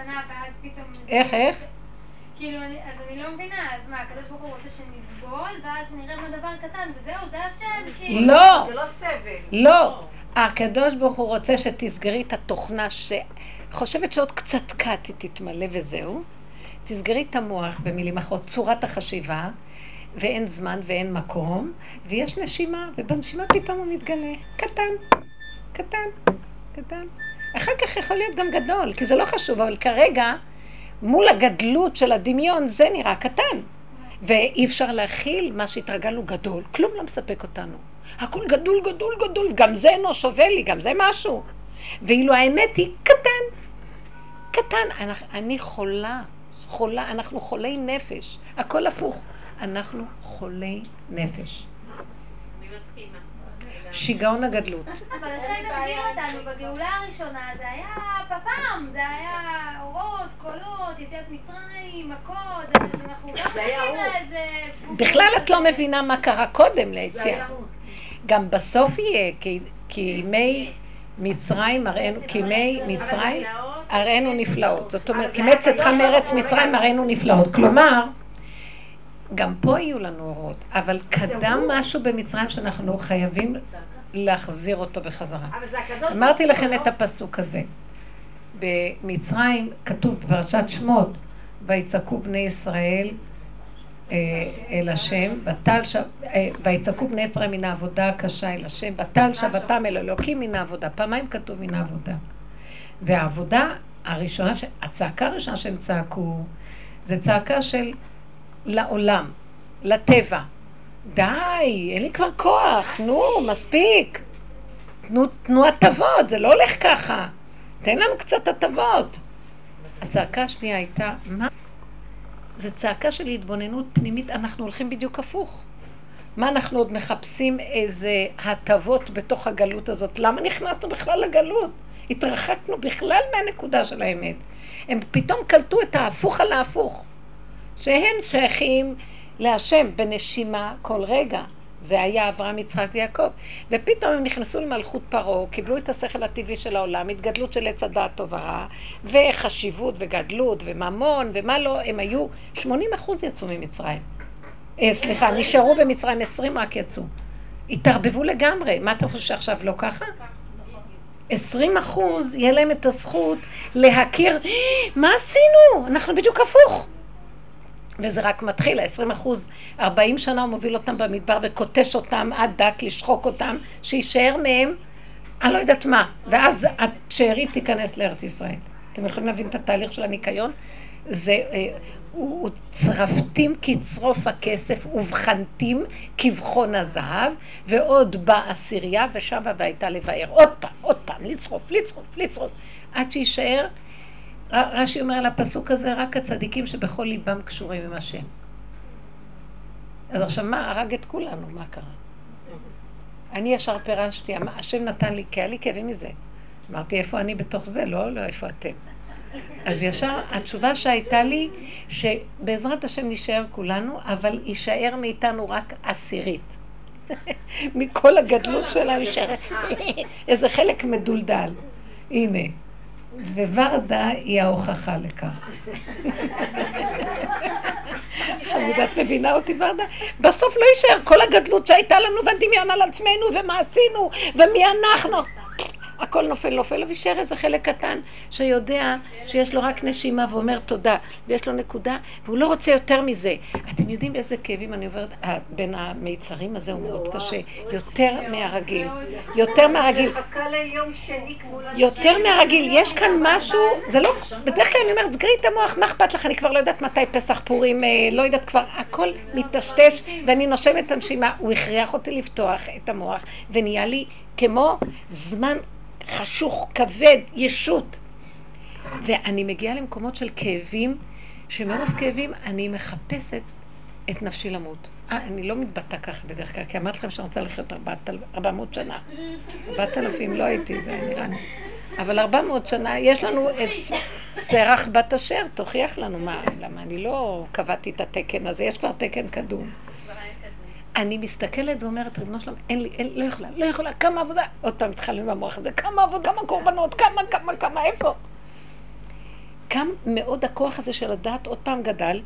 איך? כאילו, אז אני לא מבינה, אז מה, הקדוש ברוך הוא רוצה שנסבול, ואז שנראה מה דבר קטן, וזהו, זה השם, כאילו. לא! זה לא סבל. לא! הקדוש ברוך הוא רוצה שתסגרי את התוכנה שחושבת שעוד קצת קט היא תתמלא וזהו. תסגרי את המוח במילים אחרות, צורת החשיבה, ואין זמן ואין מקום, ויש נשימה, ובנשימה פתאום הוא מתגלה. קטן, קטן, קטן. אחר כך יכול להיות גם גדול, כי זה לא חשוב, אבל כרגע, מול הגדלות של הדמיון, זה נראה קטן. ואי אפשר להכיל מה שהתרגלנו גדול. כלום לא מספק אותנו. הכל גדול, גדול, גדול, גם זה לא שווה לי, גם זה משהו. ואילו האמת היא קטן. קטן, אני חולה, אנחנו חולי נפש. הכל הפוך. אנחנו חולי נפש. אני מסכימה. שיגעון הגדלות. אבל השם מגדיר אותנו בגאולה הראשונה, זה היה פעם, זה היה אורות, קולות, יציאת מצרים, מכות, אנחנו לא חכים לאיזה... בכלל את לא מבינה מה קרה קודם ליציאה. גם בסוף יהיה, כי ימי מצרים הראינו נפלאות. זאת אומרת, כי מצאתך מארץ מצרים הראינו נפלאות. כלומר, גם פה יהיו לנו אורות, אבל קדם משהו במצרים שאנחנו חייבים להחזיר אותו בחזרה. אמרתי לכם את הפסוק הזה. במצרים כתוב בפרשת שמות, ויצעקו בני ישראל אל השם, ויצעקו בני ישראל מן העבודה הקשה אל השם, בטל שבתם אל אלוקים מן העבודה. פעמיים כתוב מן העבודה. והעבודה הראשונה, הצעקה הראשונה שהם צעקו, זה צעקה של לעולם, לטבע. די, אין לי כבר כוח, נו, מספיק. תנו הטבות, זה לא הולך ככה. תן לנו קצת הטבות. הצעקה השנייה הייתה, מה? זה צעקה של התבוננות פנימית, אנחנו הולכים בדיוק הפוך. מה אנחנו עוד מחפשים איזה הטבות בתוך הגלות הזאת? למה נכנסנו בכלל לגלות? התרחקנו בכלל מהנקודה של האמת. הם פתאום קלטו את ההפוך על ההפוך. שהם שייכים להשם בנשימה כל רגע. זה היה אברהם, יצחק ויעקב. ופתאום הם נכנסו למלכות פרעה, קיבלו את השכל הטבעי של העולם, התגדלות של עץ הדעת טוב ורע, וחשיבות וגדלות וממון ומה לא, הם היו 80% יצאו ממצרים. סליחה, נשארו במצרים 20 רק יצאו. התערבבו לגמרי. מה אתה חושב שעכשיו לא ככה? 20% יהיה להם את הזכות להכיר, מה עשינו? אנחנו בדיוק הפוך. וזה רק מתחיל, 20%, 40 שנה הוא מוביל אותם במדבר וקוטש אותם עד דק, לשחוק אותם, שישאר מהם, אני לא יודעת מה, ואז השארית תיכנס לארץ ישראל. אתם יכולים להבין את התהליך של הניקיון? זה, הוא צרפתים כצרוף הכסף, ובחנתים כבחון הזהב, ועוד באה סיריה ושבה והייתה לבאר. עוד פעם, לצרוף, עד שישאר, רש"י אומר על הפסוק הזה, רק הצדיקים שבכל ליבם קשורים עם השם. אז עכשיו מה? הרג את כולנו, מה קרה? אני ישר פירשתי, השם נתן לי, כי היה לי כאבים מזה. אמרתי, איפה אני בתוך זה? לא, איפה אתם? אז ישר, התשובה שהייתה לי, שבעזרת השם נשאר כולנו, אבל יישאר מאיתנו רק 10. מכל הגדלות שלה נשאר איזה חלק מדולדל. הנה. וורדה היא ההוכחה לכך. חמודה, את מבינה אותי ורדה? בסוף לא יישאר כל הגדלות שהייתה לנו והדמיון על עצמנו ומה עשינו ומי אנחנו. הכל נופל, וישאר איזה חלק קטן שיודע שיש לו רק נשימה ואומר תודה, ויש לו נקודה, והוא לא רוצה יותר מזה. אתם יודעים איזה כאבים אני עוברת, בין המיצרים הזה הוא מאוד קשה, יותר מהרגיל, יותר מהרגיל, יש כאן משהו, זה לא, בדרך כלל אני אומרת, סגרי את המוח, מה אכפת לך, אני כבר לא יודעת מתי פסח פורים, לא יודעת כבר, הכל מתשתש, ואני נושמת את הנשימה, הוא הכריח אותי לפתוח את המוח, ונהיה לי כמו זמן חשוך, כבד, ישות. ואני מגיעה למקומות של כאבים, שמרוב כאבים אני מחפשת את נפשי למות. אני לא מתבטא ככה בדרך כלל, כי אמרתי לכם שאני רוצה לחיות 400 שנה. 4,000 לא הייתי, זה נראה לי. אבל 400 שנה, יש לנו את סרח בת אשר, תוכיח לנו מה, למה אני לא קבעתי את התקן הזה, יש כבר תקן קדום. אני מסתכלת ואומרת, ריבונו שלום, אין לי, לא יכולה, כמה עבודה, עוד פעם התחלנו במוח הזה, כמה עבודה, כמה קורבנות, כמה, איפה? כמה מאוד הכוח הזה של הדעת עוד פעם גדל,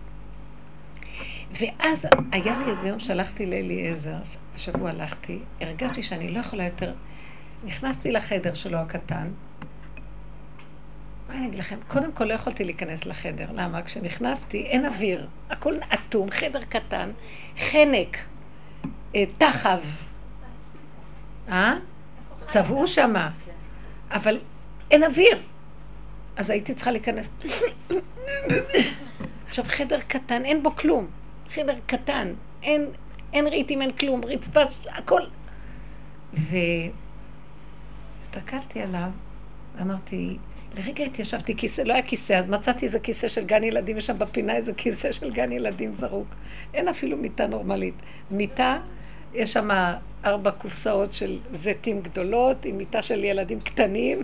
ואז היה לי איזה יום שלחתי לאליעזר, השבוע הלכתי, הרגשתי שאני לא יכולה יותר, נכנסתי לחדר שלו הקטן, מה אני אגיד לכם? קודם כל לא יכולתי להיכנס לחדר, למה? כשנכנסתי אין אוויר, הכל אטום, חדר קטן, חנק, תחב, צבעו שמה, אבל אין אוויר, אז הייתי צריכה להיכנס. עכשיו חדר קטן, אין בו כלום, חדר קטן, אין רהיטים, אין כלום, רצפה, הכל. והסתכלתי עליו, ואמרתי, לרגע התיישבתי כיסא, לא היה כיסא, אז מצאתי איזה כיסא של גן ילדים, יש שם בפינה איזה כיסא של גן ילדים זרוק. אין אפילו מיטה נורמלית. מיטה יש שם 4 קופסאות של זיתים גדולות, עם מיטה של ילדים קטנים.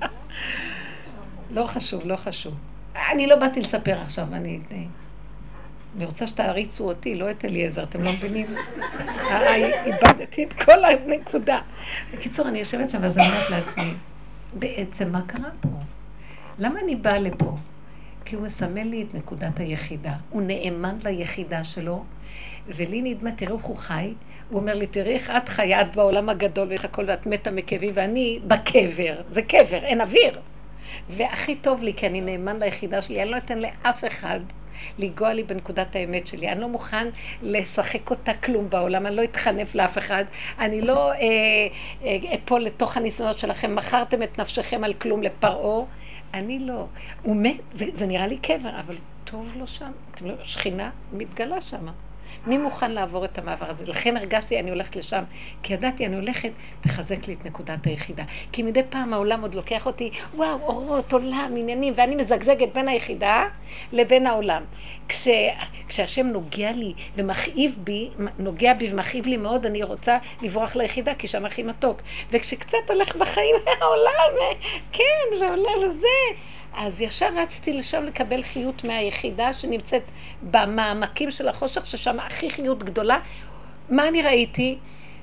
לא חשוב, לא חשוב. אני לא באתי לספר עכשיו, אני רוצה שתעריצו אותי, לא את אליעזר, אתם לא מבינים? איבדתי את כל הנקודה. בקיצור, אני יושבת שם ואז אני אומרת לעצמי, בעצם מה קרה פה? למה אני באה לפה? כי הוא מסמל לי את נקודת היחידה. הוא נאמן ליחידה שלו, ולי נדמה, תראו איך הוא חי, הוא אומר לי, תראי איך את חיה, את בעולם הגדול ואיך הכל ואת מתה מכאבים, ואני בקבר, זה קבר, אין אוויר. והכי טוב לי, כי אני נאמן ליחידה שלי, אני לא אתן לאף אחד לגוע לי בנקודת האמת שלי. אני לא מוכן לשחק אותה כלום בעולם, אני לא אתחנף לאף אחד, אני לא אפול לתוך הניסיונות שלכם, מכרתם את נפשכם על כלום לפרעה, אני לא. הוא מת, זה נראה לי קבר, אבל טוב לו שם, שכינה מתגלה שם. מי מוכן לעבור את המעבר הזה? לכן הרגשתי, אני הולכת לשם, כי ידעתי, אני הולכת, תחזק לי את נקודת היחידה. כי מדי פעם העולם עוד לוקח אותי, וואו, אורות, עולם, עניינים, ואני מזגזגת בין היחידה לבין העולם. כשהשם נוגע לי ומכאיב בי, נוגע בי ומכאיב לי מאוד, אני רוצה לברוח ליחידה, כי שם הכי מתוק. וכשקצת הולך בחיים, העולם, כן, ועולה וזה. אז ישר רצתי לשם לקבל חיות מהיחידה שנמצאת במעמקים של החושך, ששם הכי חיות גדולה. מה אני ראיתי?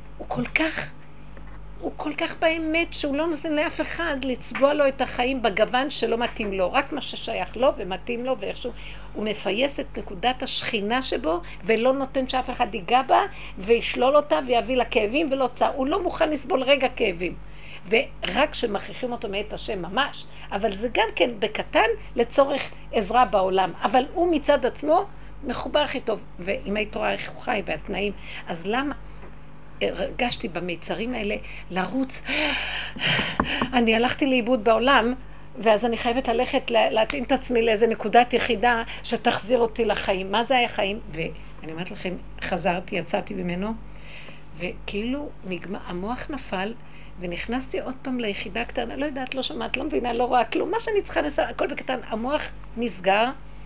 הוא כל כך באמת שהוא לא נותן לאף אחד לצבוע לו את החיים בגוון שלא מתאים לו, רק מה ששייך לו ומתאים לו, ואיכשהו הוא מפייס את נקודת השכינה שבו ולא נותן שאף אחד ייגע בה וישלול אותה ויביא לה כאבים ולא צער. הוא לא מוכן לסבול רגע כאבים. ורק שמכריחים אותו מאת השם ממש, אבל זה גם כן בקטן לצורך עזרה בעולם, אבל הוא מצד עצמו מחובר הכי טוב. ואם היית רואה איך הוא חי והתנאים, אז למה הרגשתי במיצרים האלה לרוץ? אני הלכתי לאיבוד בעולם, ואז אני חייבת ללכת להתאים את עצמי לאיזה נקודת יחידה שתחזיר אותי לחיים. מה זה היה חיים? ואני אומרת לכם, חזרתי, יצאתי ממנו, וכאילו המוח נפל, ונכנסתי עוד פעם ליחידה קטנה, לא יודעת, לא שומעת, לא מבינה, לא רואה כלום, מה שאני צריכה לנסה, הכל בקטן, המוח נסגר,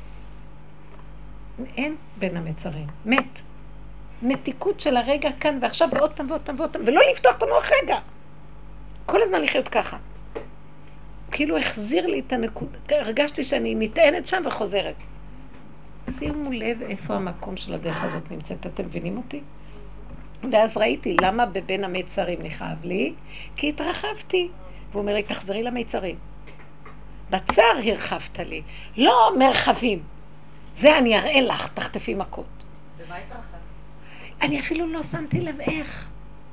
אין בין המצרים, מת. מתיקות של הרגע כאן ועכשיו ועוד פעם ועוד פעם ועוד פעם, ולא לפתוח את המוח רגע. כל הזמן לחיות ככה. כאילו החזיר לי את הנקודה, הרגשתי שאני נטענת שם וחוזרת. שימו לב איפה המקום של הדרך הזאת נמצאת, אתם מבינים אותי? ואז ראיתי למה בבין המיצרים נכאב לי, כי התרחבתי. והוא אומר לי, תחזרי למיצרים. בצער הרחבת לי, לא מרחבים. זה אני אראה לך, תחטפי מכות. ומה התרחבת? אני אפילו לא שמתי לב איך.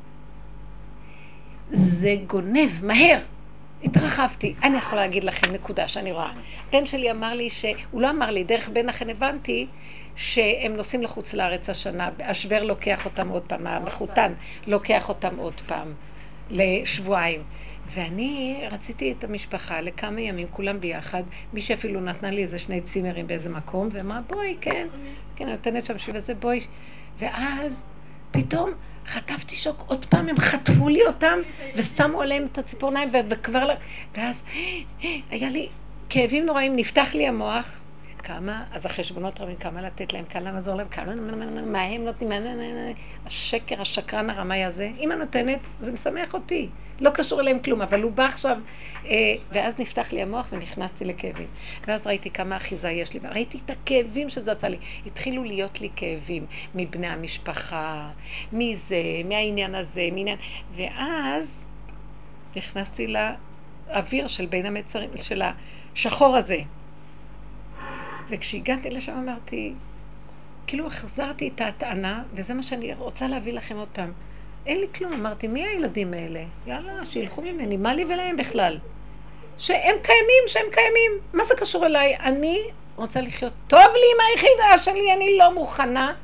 זה גונב, מהר. התרחבתי. אני יכולה להגיד לכם נקודה שאני רואה. בן שלי אמר לי הוא לא אמר לי, דרך בן לכן הבנתי, שהם נוסעים לחוץ לארץ השנה, השוור לוקח אותם עוד פעם, המחותן לוקח אותם עוד פעם, לשבועיים. ואני רציתי את המשפחה לכמה ימים, כולם ביחד, מי שאפילו נתנה לי איזה 2 צימרים באיזה מקום, ואמרה בואי, כן, אני נותנת שם שוב איזה בואי. ואז פתאום חטפתי שוק, עוד פעם הם חטפו לי אותם, ושמו עליהם את הציפורניים, וכבר ואז היה לי כאבים נוראים, נפתח לי המוח, כמה, אז החשבונות רבים, כמה לתת להם, כמה לעזור להם, כמה, מה הם נותנים, השקר, השקרן הרמאי הזה, אם אני נותנת, זה משמח אותי, לא קשור אליהם כלום, אבל הוא בא עכשיו, ואז נפתח לי המוח ונכנסתי לכאבים, ואז ראיתי כמה אחיזה יש לי, וראיתי את הכאבים שזה עשה לי, התחילו להיות לי כאבים, מבני המשפחה, מזה, מהעניין הזה, ואז נכנסתי לאוויר של בין המצרים, של השחור הזה, וכשהגעתי לשם אמרתי, כאילו החזרתי את ההטענה, וזה מה שאני רוצה להביא לכם עוד פעם. אין לי כלום, אמרתי, מי הילדים האלה? יאללה, שילכו ממני, מה לי ולהם בכלל? שהם קיימים, מה זה קשור אליי? אני רוצה לחיות טוב לי עם היחידה שלי, אני לא מוכנה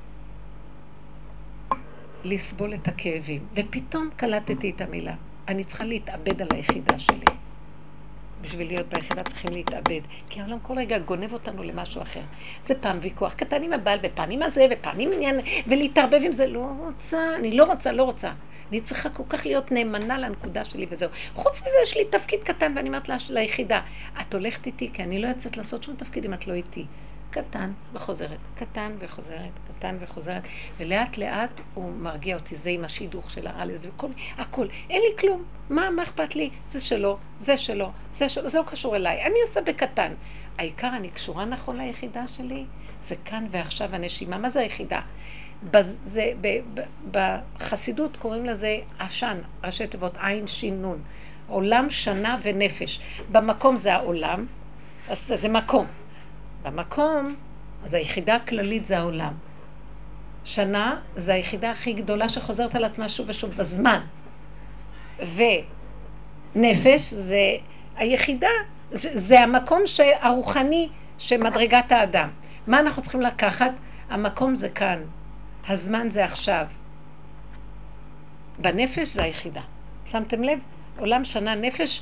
לסבול את הכאבים. ופתאום קלטתי את המילה, אני צריכה להתאבד על היחידה שלי. בשביל להיות ביחידה צריכים להתאבד, כי העולם כל רגע גונב אותנו למשהו אחר. זה פעם ויכוח קטן עם הבעל, ופעם עם הזה, ופעם עם עניין, ולהתערבב עם זה. לא רוצה, אני לא רוצה. אני צריכה כל כך להיות נאמנה לנקודה שלי וזהו. חוץ מזה יש לי תפקיד קטן, ואני אומרת ליחידה, את הולכת איתי, כי אני לא יוצאת לעשות שום תפקיד אם את לא איתי. קטן וחוזרת, קטן וחוזרת, קטן וחוזרת, ולאט לאט הוא מרגיע אותי, זה עם השידוך של האלס וכל, הכל, אין לי כלום, מה אכפת לי? זה שלו, זה שלו, זה שלו, זה לא קשור אליי, אני עושה בקטן. העיקר אני קשורה נכון ליחידה שלי, זה כאן ועכשיו הנשימה. מה זה היחידה? בחסידות קוראים לזה עשן, ראשי תיבות עין שין נון, עולם, שנה ונפש. במקום זה העולם, אז זה מקום. במקום, אז היחידה הכללית זה העולם. שנה זה היחידה הכי גדולה שחוזרת על עצמה שוב ושוב בזמן. ונפש זה היחידה, זה המקום הרוחני שמדרגת האדם. מה אנחנו צריכים לקחת? המקום זה כאן, הזמן זה עכשיו. בנפש זה היחידה. שמתם לב? עולם, שנה, נפש,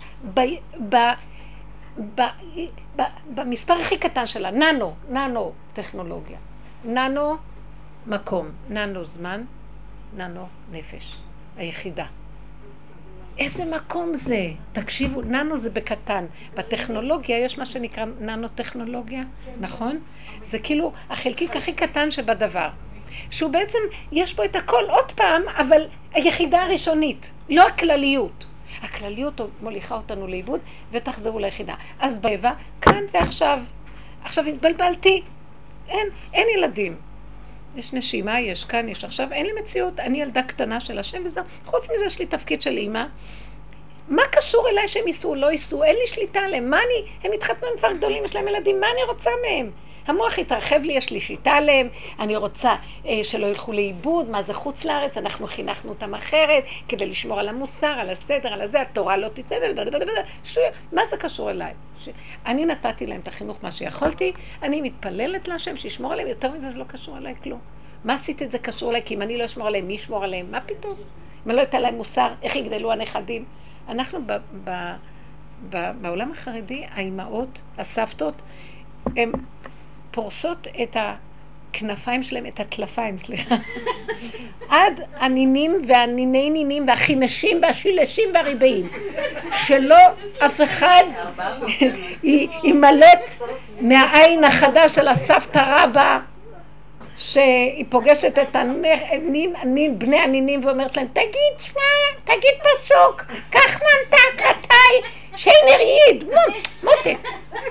במספר הכי קטן שלה, ננו טכנולוגיה, ננו מקום, ננו זמן, ננו נפש, היחידה. איזה מקום זה? תקשיבו, ננו זה בקטן. בטכנולוגיה יש מה שנקרא ננו טכנולוגיה, נכון? זה כאילו החלקיק הכי קטן שבדבר. שהוא בעצם, יש בו את הכל עוד פעם, אבל היחידה הראשונית, לא הכלליות. הכלליות מוליכה אותנו לאיבוד ותחזרו ליחידה. אז באיבה, כאן ועכשיו. עכשיו התבלבלתי. אין ילדים. יש נשימה, יש כאן, יש עכשיו. אין לי מציאות. אני ילדה קטנה של השם וזהו. חוץ מזה יש לי תפקיד של אימא. מה קשור אליי שהם ייסעו, לא ייסעו? אין לי שליטה עליהם. מה אני? הם התחתנו, הם כבר גדולים, יש להם ילדים. מה אני רוצה מהם? המוח התרחב לי, יש לי שיטה עליהם, אני רוצה שלא ילכו לאיבוד, מה זה חוץ לארץ, אנחנו חינכנו אותם אחרת, כדי לשמור על המוסר, על הסדר, על הזה, התורה לא תתנדל, מה זה קשור אליי? אני נתתי להם את החינוך מה שיכולתי, אני מתפללת להשם שישמור עליהם, יותר מזה זה לא קשור אליי כלום. מה עשית את זה קשור אליי? כי אם אני לא אשמור עליהם, מי ישמור עליהם? מה פתאום? אם אני לא אתן להם מוסר, איך יגדלו הנכדים? אנחנו בעולם החרדי, האימהות, הסבתות, הם פורסות את הכנפיים שלהם, את הטלפיים, סליחה. עד הנינים והניני נינים והחימשים והשילשים והריבעים. שלא אף אחד ימלט מהעין החדה של הסבתא רבא, שהיא פוגשת את בני הנינים ואומרת להם, תגיד פסוק, כך ממתק רטי, שיינר ייד, מותק.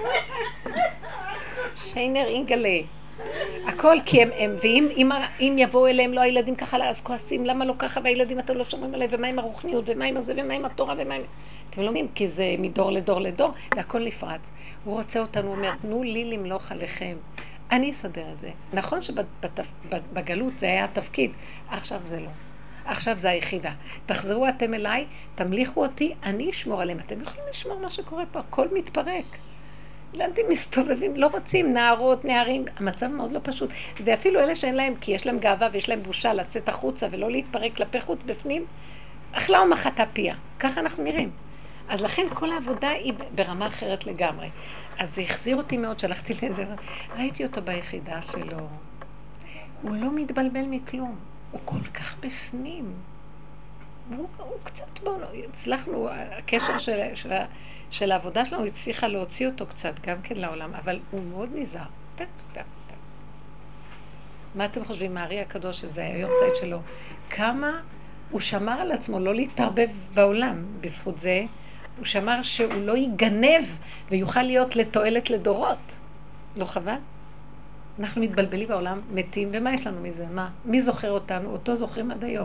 שיינר אינגלה. הכל כי הם, ואם יבואו אליהם לא הילדים ככה, אז כועסים, למה לא ככה, והילדים אתם לא שומרים עליהם, ומה עם הרוחניות, ומה עם הזה, ומה עם התורה, ומה עם... אתם לא יודעים, כי זה מדור לדור לדור, והכל נפרץ. הוא רוצה אותנו, הוא אומר, תנו לי למלוך עליכם. אני אסדר את זה. נכון שבגלות זה היה התפקיד, עכשיו זה לא. עכשיו זה היחידה. תחזרו אתם אליי, תמליכו אותי, אני אשמור עליהם. אתם יכולים לשמור מה שקורה פה, הכל מתפרק. ילדים מסתובבים, לא רוצים, נערות, נערים, המצב מאוד לא פשוט. ואפילו אלה שאין להם, כי יש להם גאווה ויש להם בושה לצאת החוצה ולא להתפרק כלפי חוץ בפנים, אכלה ומחתה פיה. ככה אנחנו נראים. אז לכן כל העבודה היא ברמה אחרת לגמרי. אז זה החזיר אותי מאוד, שלחתי לזה, ראיתי אותו ביחידה שלו. הוא לא מתבלבל מכלום, הוא כל כך בפנים. הוא קצת בו, הצלחנו, הקשר של העבודה שלנו, הצליחה להוציא אותו קצת גם כן לעולם, אבל הוא מאוד נזהר. טק, טק, טק. מה אתם חושבים, הארי הקדוש, שזה היום צייד שלו, כמה הוא שמר על עצמו לא להתערבב בעולם בזכות זה, הוא שמר שהוא לא ייגנב ויוכל להיות לתועלת לדורות. לא חבל? אנחנו מתבלבלים בעולם, מתים, ומה יש לנו מזה? מה? מי זוכר אותנו? אותו זוכרים עד היום.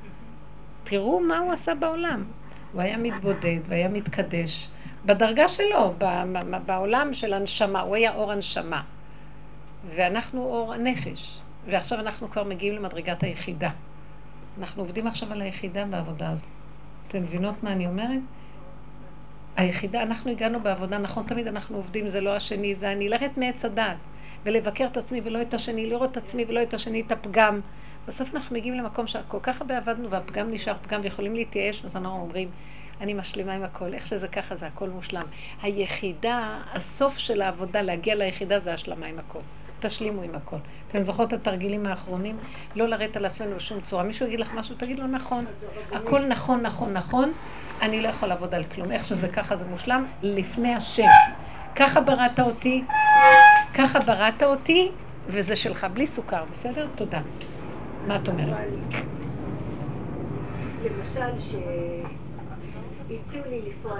תראו מה הוא עשה בעולם. הוא היה מתבודד והיה מתקדש בדרגה שלו, בעולם של הנשמה. הוא היה אור הנשמה. ואנחנו אור הנפש. ועכשיו אנחנו כבר מגיעים למדרגת היחידה. אנחנו עובדים עכשיו על היחידה בעבודה הזאת. אתם מבינות מה אני אומרת? היחידה, אנחנו הגענו בעבודה, נכון, תמיד אנחנו עובדים, זה לא השני, זה אני, לרדת מעץ הדעת, ולבקר את עצמי ולא את השני, לראות את עצמי ולא את השני, את הפגם. בסוף אנחנו מגיעים למקום שכל כך הרבה עבדנו, והפגם נשאר פגם, ויכולים להתייאש, אז אנחנו אומרים, אני משלימה עם הכל, איך שזה ככה, זה הכל מושלם. היחידה, הסוף של העבודה, להגיע ליחידה, זה השלמה עם הכל. תשלימו עם הכל. אתם זוכרות את התרגילים האחרונים? לא לרדת על עצמנו בשום צורה. מישהו יגיד לך משהו, תגיד לו נכון. הכל נכון, נכון, נכון. אני לא יכול לעבוד על כלום. איך שזה ככה זה מושלם, לפני השם. ככה בראת אותי, ככה בראת אותי, וזה שלך, בלי סוכר, בסדר? תודה. מה את אומרת? למשל, שהציעו לי לנסוע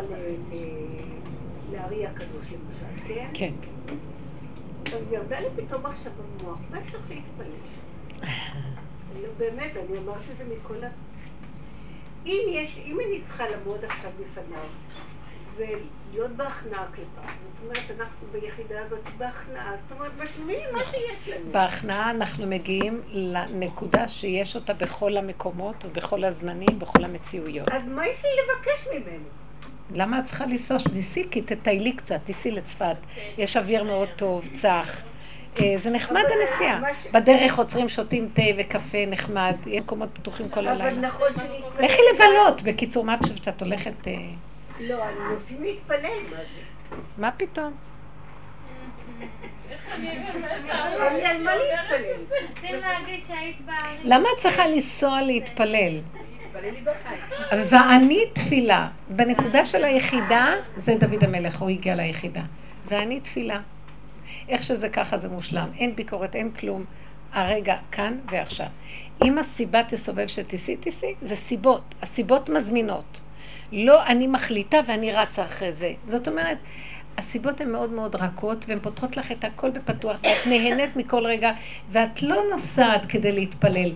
לארי הקדוש, למשל, כן? כן. אז ירדה לי פתאום עכשיו במוח, מה יש לך להתפלש? באמת, אני אמרתי את זה מכל אם אני צריכה לעמוד עכשיו בפניו ולהיות בהכנעה כלפיו, זאת אומרת, אנחנו ביחידה הזאת בהכנעה, זאת אומרת, משלמים מה שיש לנו. בהכנעה אנחנו מגיעים לנקודה שיש אותה בכל המקומות ובכל הזמנים, בכל המציאויות. אז מה יש לי לבקש ממנו? למה את צריכה לנסוע? ניסי, כי תטיילי קצת, תיסעי לצפת. יש אוויר מאוד טוב, צח. זה נחמד הנסיעה. בדרך עוצרים, שותים תה וקפה נחמד. יהיה מקומות פתוחים כל הלילה. אבל נכון שנתפלל. לכי לבלות. בקיצור, מה את חושבת שאת הולכת... לא, אני נוסעים להתפלל, מה זה? מה פתאום? אני על מה להתפלל? נסים להגיד שהיית בערים. למה את צריכה לנסוע להתפלל? ואני תפילה. בנקודה של היחידה, זה דוד המלך, הוא הגיע ליחידה. ואני תפילה. איך שזה ככה זה מושלם. אין ביקורת, אין כלום. הרגע כאן ועכשיו. אם הסיבה תסובב שתיסי, זה סיבות. הסיבות מזמינות. לא אני מחליטה ואני רצה אחרי זה. זאת אומרת, הסיבות הן מאוד מאוד רכות, והן פותחות לך את הכל בפתוח, ואת נהנית מכל רגע, ואת לא נוסעת כדי להתפלל.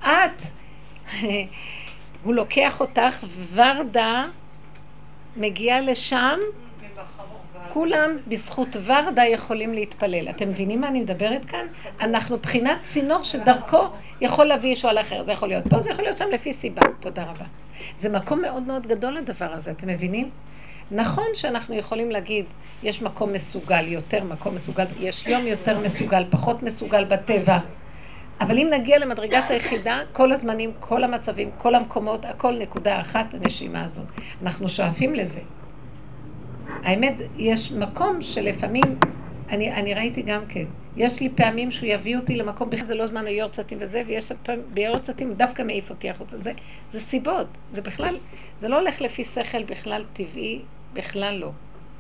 הוא לוקח אותך, ורדה מגיעה לשם, כולם בזכות ורדה יכולים להתפלל. אתם מבינים מה אני מדברת כאן? אנחנו בחינת צינור שדרכו יכול להביא ישוע לאחר. זה יכול להיות פה, זה יכול להיות שם לפי סיבה. תודה רבה. זה מקום מאוד מאוד גדול לדבר הזה, אתם מבינים? נכון שאנחנו יכולים להגיד, יש מקום מסוגל, יותר מקום מסוגל, יש יום יותר מסוגל, פחות מסוגל בטבע. אבל אם נגיע למדרגת היחידה, כל הזמנים, כל המצבים, כל המקומות, הכל נקודה אחת, הנשימה הזאת. אנחנו שואפים לזה. האמת, יש מקום שלפעמים, אני ראיתי גם כן, יש לי פעמים שהוא יביא אותי למקום, בכלל זה לא זמן היורצתים וזה, ויש ביורצתים דווקא מעיף אותי החוצה. זה סיבות, זה בכלל, זה לא הולך לפי שכל בכלל טבעי, בכלל לא.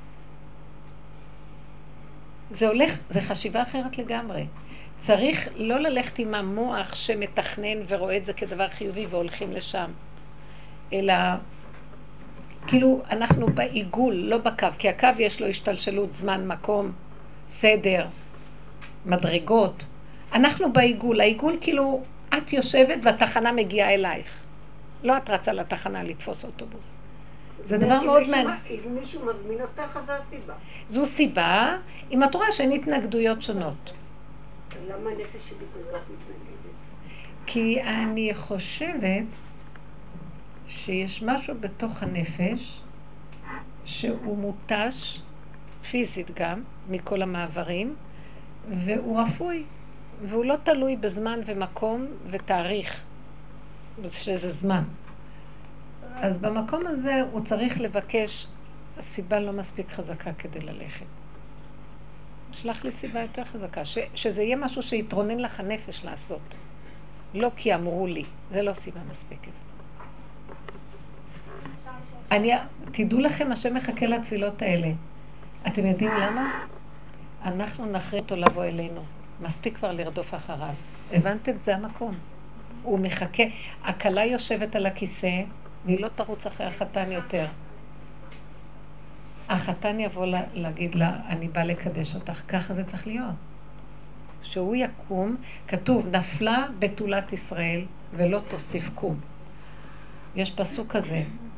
זה הולך, זה חשיבה אחרת לגמרי. צריך לא ללכת עם המוח שמתכנן ורואה את זה כדבר חיובי והולכים לשם, אלא כאילו אנחנו בעיגול, לא בקו, כי הקו יש לו השתלשלות, זמן, מקום, סדר, מדרגות. אנחנו בעיגול, העיגול כאילו את יושבת והתחנה מגיעה אלייך. לא את רצה לתחנה לתפוס אוטובוס. זה דבר מאוד מעניין. אם מישהו מזמין אותך, אז זו הסיבה. זו סיבה, אם את רואה שאין התנגדויות שונות. למה הנפש שלי כל כך מתנגדת? כי אני חושבת שיש משהו בתוך הנפש שהוא מוטש, פיזית גם, מכל המעברים, והוא רפוי, והוא לא תלוי בזמן ומקום ותאריך, שזה זמן. אז במקום הזה הוא צריך לבקש, הסיבה לא מספיק חזקה כדי ללכת. שלח לי סיבה יותר חזקה, שזה יהיה משהו שיתרונן לך הנפש לעשות. לא כי אמרו לי, זה לא סיבה מספיקת. תדעו לכם, השם מחכה לתפילות האלה. אתם יודעים למה? אנחנו נכריע אותו לבוא אלינו. מספיק כבר לרדוף אחריו. הבנתם? זה המקום. הוא מחכה. הכלה יושבת על הכיסא, והיא לא תרוץ אחרי החתן יותר. החתן יבוא להגיד לה, אני בא לקדש אותך. ככה זה צריך להיות. שהוא יקום, כתוב, נפלה בתולת ישראל ולא תוסיף קום. יש פסוק כזה,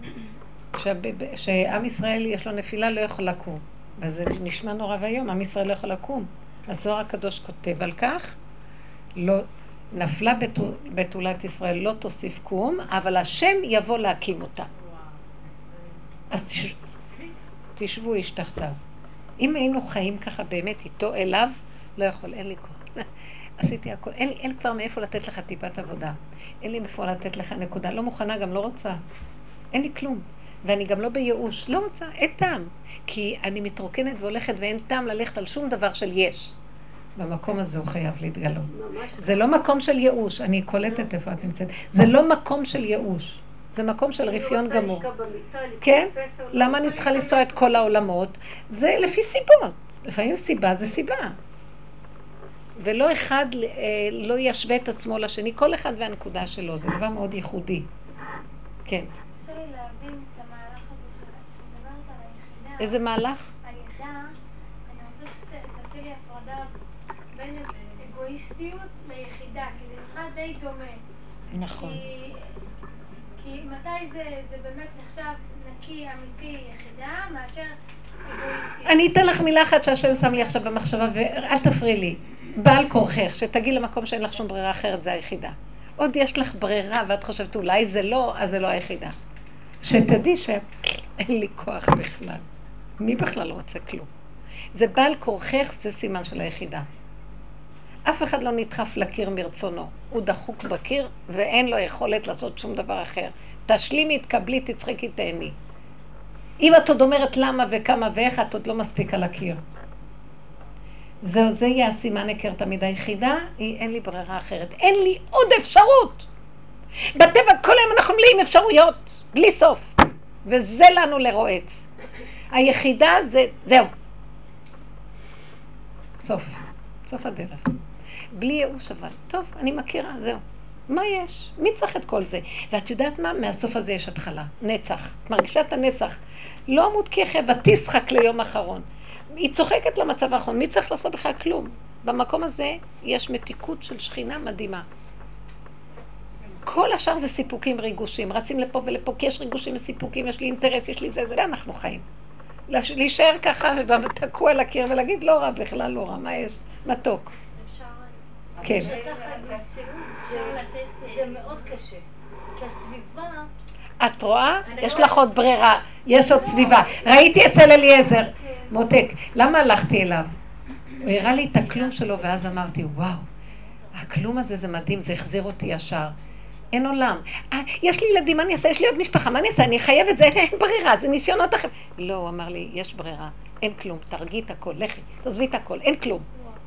שעם ישראל יש לו נפילה, לא יכול לקום. וזה נשמע נורא והיום, עם ישראל לא יכול לקום. הזוהר הקדוש כותב על כך, לא, נפלה בתולת ישראל, לא תוסיף קום, אבל השם יבוא להקים אותה. אז תשבו איש תחתיו. אם היינו חיים ככה באמת איתו אליו, לא יכול, אין לי כוח. עשיתי הכל, אין כבר מאיפה לתת לך טיפת עבודה. אין לי מאיפה לתת לך נקודה. לא מוכנה, גם לא רוצה. אין לי כלום. ואני גם לא בייאוש. לא רוצה, אין טעם. כי אני מתרוקנת והולכת ואין טעם ללכת על שום דבר של יש. במקום הזה הוא חייב להתגלות. זה לא מקום של ייאוש. אני קולטת איפה את נמצאת. זה לא מקום של ייאוש. זה מקום של רפיון גמור. כן? למה אני צריכה לנסוע את כל העולמות? זה לפי סיבות. לפעמים סיבה זה סיבה. ולא אחד לא ישווה את עצמו לשני, כל אחד והנקודה שלו, זה דבר מאוד ייחודי. כן. קשה לי להבין את המהלך הזה שאת מדברת על היחידה. איזה מהלך? היחידה, אני רוצה שתעשי לי הפרדה בין אגואיסטיות ליחידה, כי זה נראה די דומה. נכון. כי מתי זה באמת נחשב נקי, אמיתי, יחידה, מאשר אגואיסטיות. אני אתן לך מילה אחת שהשם שם לי עכשיו במחשבה, ואל תפריעי לי. בעל כורכך, שתגיעי למקום שאין לך שום ברירה אחרת, זה היחידה. עוד יש לך ברירה, ואת חושבת אולי זה לא, אז זה לא היחידה. שתדעי שאין לי כוח בכלל. מי בכלל לא רוצה כלום? זה בעל כורכך, זה סימן של היחידה. אף אחד לא נדחף לקיר מרצונו. הוא דחוק בקיר, ואין לו יכולת לעשות שום דבר אחר. תשלימי, תקבלי, תצחקי, תהני. אם את עוד אומרת למה וכמה ואיך, את עוד לא מספיק על הקיר. זה יהיה הסימן הכר תמיד. היחידה היא אין לי ברירה אחרת. אין לי עוד אפשרות. בטבע כל היום אנחנו מלאים אפשרויות, בלי סוף. וזה לנו לרועץ. היחידה זהו. סוף הדרך. בלי ייאוש אבל. טוב, אני מכירה, זהו. מה יש? מי צריך את כל זה? ואת יודעת מה? מהסוף הזה יש התחלה. נצח. את מרגישה את הנצח. לא עמוד ככה ותשחק ליום אחרון. היא צוחקת למצב האחרון. מי צריך לעשות בכלל כלום? במקום הזה יש מתיקות של שכינה מדהימה. כל השאר זה סיפוקים ריגושים. רצים לפה ולפה, כי יש ריגושים וסיפוקים, יש לי אינטרס, יש לי זה. אנחנו חיים. להישאר ככה ותקוע על הקיר ולהגיד לא רע, בכלל לא רע. מה יש? מתוק. כן. זה מאוד קשה, כי הסביבה... את רואה? יש לך עוד ברירה, יש עוד סביבה. ראיתי אצל אליעזר, מותק, למה הלכתי אליו? הוא הראה לי את הכלום שלו, ואז אמרתי, וואו, הכלום הזה זה מדהים, זה החזיר אותי ישר. אין עולם. יש לי ילדים, מה אני אעשה? יש לי עוד משפחה, מה אני אעשה? אני חייב את זה, אין ברירה, זה ניסיונות אחרים. לא, הוא אמר לי, יש ברירה, אין כלום, תרגי את הכל, לכי, תעזבי את הכל, אין כלום.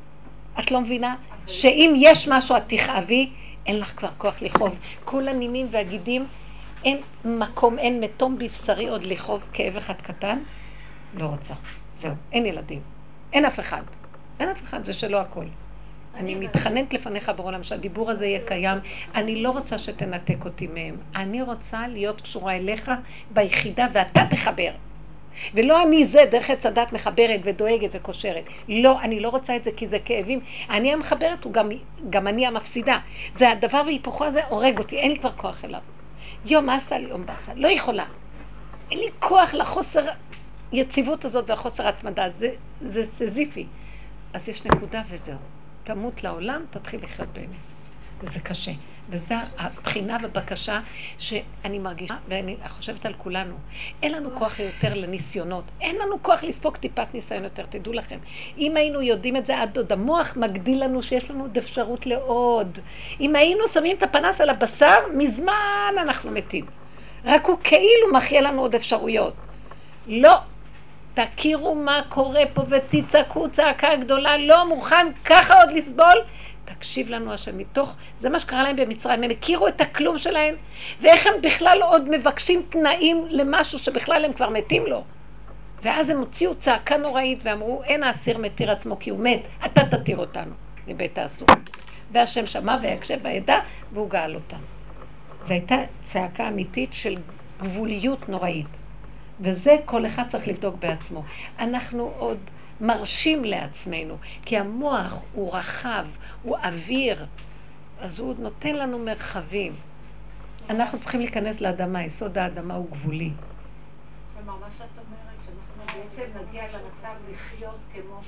את לא מבינה שאם יש משהו את תכאבי, אין לך כבר כוח לכאוב. כל הנימים והגידים, אין מקום, אין מתום בבשרי עוד לכאוב כאב אחד קטן. לא רוצה. זהו, אין ילדים. אין אף אחד. אין אף אחד, זה שלא הכל. אני מתחננת לפניך בעולם שהדיבור הזה יהיה קיים. אני לא רוצה שתנתק אותי מהם. אני רוצה להיות קשורה אליך ביחידה ואתה תחבר. ולא אני זה דרך עץ הדת מחברת ודואגת וקושרת. לא, אני לא רוצה את זה כי זה כאבים. אני המחברת הוא גם אני המפסידה. זה הדבר והיפוכו הזה הורג אותי, אין לי כבר כוח אליו. יום עשה לי, יום בעשה, לא יכולה. אין לי כוח לחוסר יציבות הזאת והחוסר התמדה, זה סזיפי. אז יש נקודה וזהו. תמות לעולם, תתחיל לחיות באמת. וזה קשה. וזו התחינה ובקשה שאני מרגישה, ואני חושבת על כולנו. אין לנו כוח יותר לניסיונות. אין לנו כוח לספוק טיפת ניסיון יותר, תדעו לכם. אם היינו יודעים את זה עד עוד, המוח מגדיל לנו שיש לנו עוד אפשרות לעוד. אם היינו שמים את הפנס על הבשר, מזמן אנחנו מתים. רק הוא כאילו מחיה לנו עוד אפשרויות. לא. תכירו מה קורה פה ותצעקו צעקה גדולה, לא מוכן ככה עוד לסבול. תקשיב לנו השם מתוך, זה מה שקרה להם במצרים, הם הכירו את הכלום שלהם, ואיך הם בכלל עוד מבקשים תנאים למשהו שבכלל הם כבר מתים לו. ואז הם הוציאו צעקה נוראית ואמרו, אין האסיר מתיר עצמו כי הוא מת, אתה תתיר אותנו לבית האסור. והשם שמע ויקשב וידע והוא גאל אותם. זו הייתה צעקה אמיתית של גבוליות נוראית. וזה כל אחד צריך לבדוק בעצמו. אנחנו עוד מרשים לעצמנו, כי המוח הוא רחב, הוא אוויר, אז הוא נותן לנו מרחבים. אנחנו צריכים להיכנס לאדמה, יסוד האדמה הוא גבולי. כלומר, מה שאת אומרת, שאנחנו בעצם נגיע למצב לחיות כמו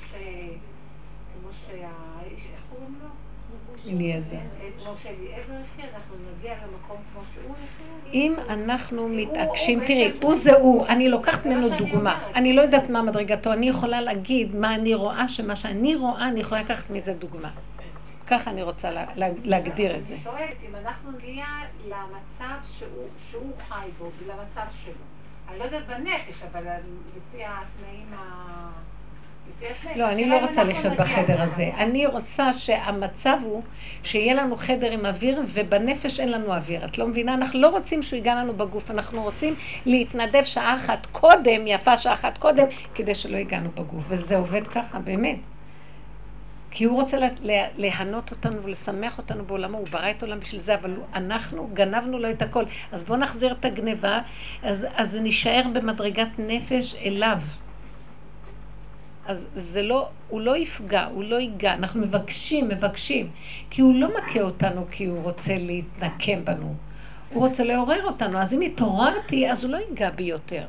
שהאיש, איך קוראים לו? אליעזר. כמו שאליעזר יחיה, אנחנו נגיע למקום כמו שהוא יחיה. אם אנחנו מתעקשים, תראי, הוא זה הוא, אני לוקחת ממנו דוגמה, אני לא יודעת מה מדרגתו, אני יכולה להגיד מה אני רואה, שמה שאני רואה, אני יכולה לקחת מזה דוגמה. ככה אני רוצה להגדיר את זה. אני שואלת, אם אנחנו נהיה למצב שהוא חי בו, למצב שלו, אני לא יודעת בנפש, אבל לפי התנאים לא, אני לא רוצה לחיות בחדר הזה. אני רוצה שהמצב הוא שיהיה לנו חדר עם אוויר ובנפש אין לנו אוויר. את לא מבינה? אנחנו לא רוצים שהוא ייגע לנו בגוף, אנחנו רוצים להתנדב שעה אחת קודם, יפה שעה אחת קודם, כדי שלא ייגענו בגוף. וזה עובד ככה, באמת. כי הוא רוצה להנות אותנו ולשמח אותנו בעולמו, הוא ברא את עולם בשביל זה, אבל אנחנו גנבנו לו את הכל. אז בואו נחזיר את הגניבה, אז נשאר במדרגת נפש אליו. אז זה לא, הוא לא יפגע, הוא לא ייגע, אנחנו מבקשים, כי הוא לא מכה אותנו כי הוא רוצה להתנקם בנו. הוא רוצה לעורר אותנו, אז אם התעוררתי, אז הוא לא ייגע בי יותר.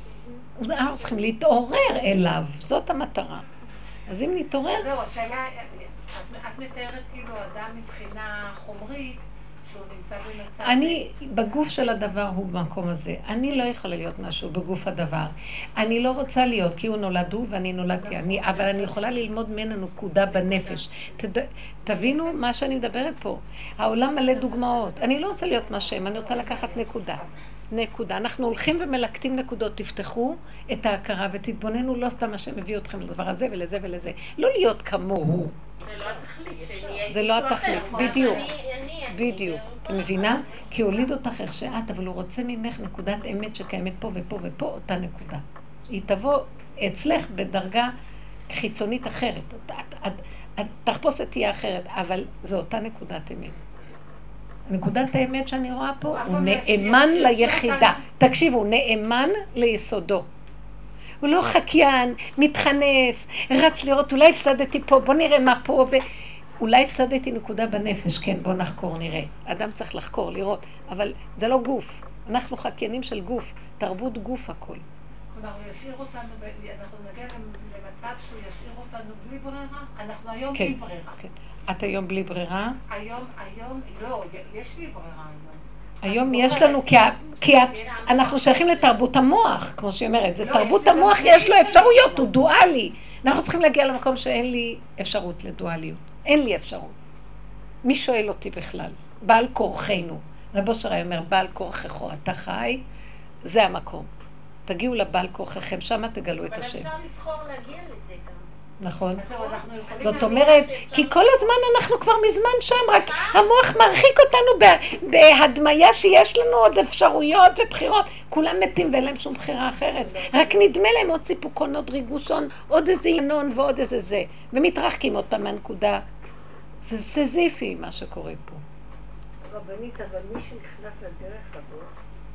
אנחנו צריכים להתעורר אליו, זאת המטרה. אז אם נתעורר... זהו, השאלה, את מתארת כאילו אדם מבחינה חומרית, שהוא נמצא במצב... אני, בגוף של הדבר הוא במקום הזה. אני לא יכולה להיות משהו בגוף הדבר. אני לא רוצה להיות, כי הוא נולד הוא ואני נולדתי. אבל אני יכולה ללמוד ממנה נקודה בנפש. תבינו מה שאני מדברת פה. העולם מלא דוגמאות. אני לא רוצה להיות מה שהם, אני רוצה לקחת נקודה. נקודה. אנחנו הולכים ומלקטים נקודות, תפתחו את ההכרה ותתבוננו, לא סתם השם מביא אתכם לדבר הזה ולזה ולזה. לא להיות כמוהו. זה לא התכלית שלי. זה לא התכלית, בדיוק. בדיוק. אתה מבינה? כי הוא הוליד אותך איך שאת, אבל הוא רוצה ממך נקודת אמת שקיימת פה ופה ופה, אותה נקודה. היא תבוא אצלך בדרגה חיצונית אחרת. תחפושת תהיה אחרת, אבל זו אותה נקודת אמת. נקודת האמת שאני רואה פה הוא נאמן ליחידה. תקשיבו, הוא נאמן ליסודו. הוא לא חקיין, מתחנף, רץ לראות, אולי הפסדתי פה, בוא נראה מה פה, אולי הפסדתי נקודה בנפש, כן, בוא נחקור, נראה. אדם צריך לחקור, לראות, אבל זה לא גוף. אנחנו חקיינים של גוף, תרבות גוף הכל. כלומר, הוא ישאיר אותנו, אנחנו נגיע למצב שהוא ישאיר אותנו בלי ברירה, אנחנו היום בלי ברירה. כן. את היום בלי ברירה? היום, לא, יש לי ברירה היום. היום יש לנו, כי אנחנו שייכים לתרבות המוח, כמו שהיא אומרת, זה תרבות המוח, יש לו אפשרויות, הוא דואלי. אנחנו צריכים להגיע למקום שאין לי אפשרות לדואליות. אין לי אפשרות. מי שואל אותי בכלל? בעל כורחנו. רב אושר היה אומר, בעל כורחך אתה חי, זה המקום. תגיעו לבעל כורחכם, שמה תגלו את השם. אבל אפשר לבחור להגיע לזה גם. נכון. זאת אומרת, כי כל הזמן אנחנו כבר מזמן שם, רק המוח מרחיק אותנו בהדמיה שיש לנו עוד אפשרויות ובחירות. כולם מתים ואין להם שום בחירה אחרת. רק נדמה להם עוד סיפוקון, עוד ריגושון, עוד איזה ינון ועוד איזה זה. ומתרחקים עוד פעם מהנקודה. זה סזיפי מה שקורה פה. רבנית, אבל מי שנכנס לדרך הזאת,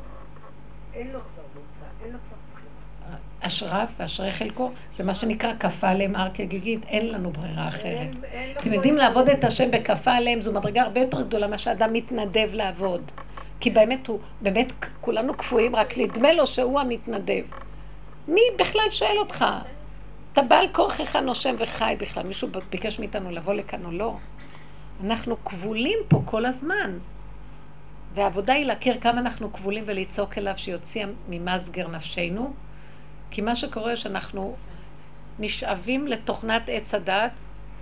אין לו כבר מוצא, אין לו כבר בחירה. אשריו ואשרי חלקו, זה מה שנקרא כפה עליהם הר כגיגית, אין לנו ברירה אחרת. אתם יודעים לעבוד את השם בכפה עליהם, זו מדרגה הרבה יותר גדולה מה שאדם מתנדב לעבוד. כי באמת כולנו כפויים, רק נדמה לו שהוא המתנדב. מי בכלל שואל אותך? אתה בעל כורחך נושם וחי בכלל, מישהו ביקש מאיתנו לבוא לכאן או לא? אנחנו כבולים פה כל הזמן. והעבודה היא להכיר כמה אנחנו כבולים ולצעוק אליו שיוציא ממסגר נפשנו, כי מה שקורה שאנחנו נשאבים לתוכנת עץ הדעת,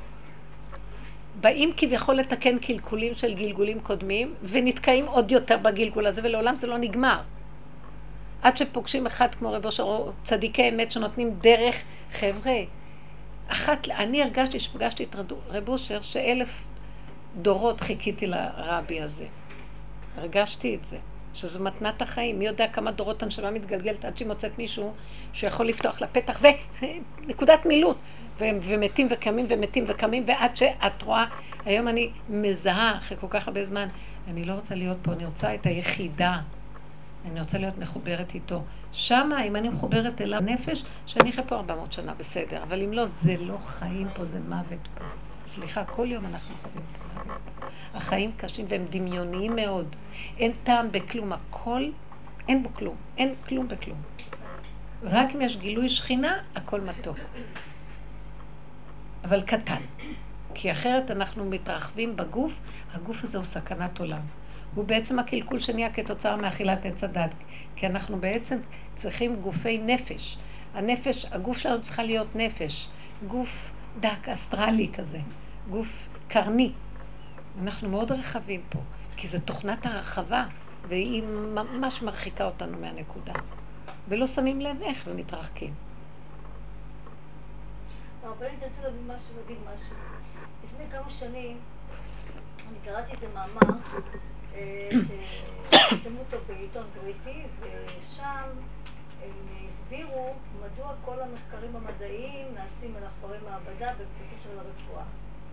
באים כביכול לתקן קלקולים של גלגולים קודמים, ונתקעים עוד יותר בגלגול הזה, ולעולם זה לא נגמר. עד שפוגשים אחד כמו רב אושר, או צדיקי אמת שנותנים דרך, חבר'ה, אני הרגשתי שפגשתי את רב אושר, 1000 דורות חיכיתי לרבי הזה. הרגשתי את זה. שזו מתנת החיים. מי יודע כמה דורות הנשמה מתגלגלת עד שהיא מוצאת מישהו שיכול לפתוח לפתח ונקודת מילוט. ומתים וקמים ומתים וקמים, ועד שאת רואה, היום אני מזהה אחרי כל כך הרבה זמן, אני לא רוצה להיות פה, אני רוצה את היחידה. אני רוצה להיות מחוברת איתו. שמה, אם אני מחוברת אליו נפש, שאני אחיה פה 400 שנה בסדר. אבל אם לא, זה לא חיים פה, זה מוות פה. סליחה, כל יום אנחנו חווים את המוות. החיים קשים והם דמיוניים מאוד. אין טעם בכלום, הכל, אין בו כלום. אין כלום בכלום. רק אם יש גילוי שכינה, הכל מתוק. אבל קטן. כי אחרת אנחנו מתרחבים בגוף, הגוף הזה הוא סכנת עולם. הוא בעצם הקלקול שנהיה כתוצאה מאכילת עץ הדת. כי אנחנו בעצם צריכים גופי נפש. הנפש, הגוף שלנו צריכה להיות נפש. גוף דק, אסטרלי כזה. גוף קרני. אנחנו מאוד רחבים פה. כי זו תוכנת הרחבה, והיא ממש מרחיקה אותנו מהנקודה. ולא שמים לב איך ומתרחקים. אבל אני רוצה להגיד משהו. לפני כמה שנים, אני קראתי איזה מאמר, ששמו אותו בעיתון בריטי, ושם הם הסבירו מדוע כל המחקרים המדעיים נעשים על עכברי מעבדה בקשר לרפואה.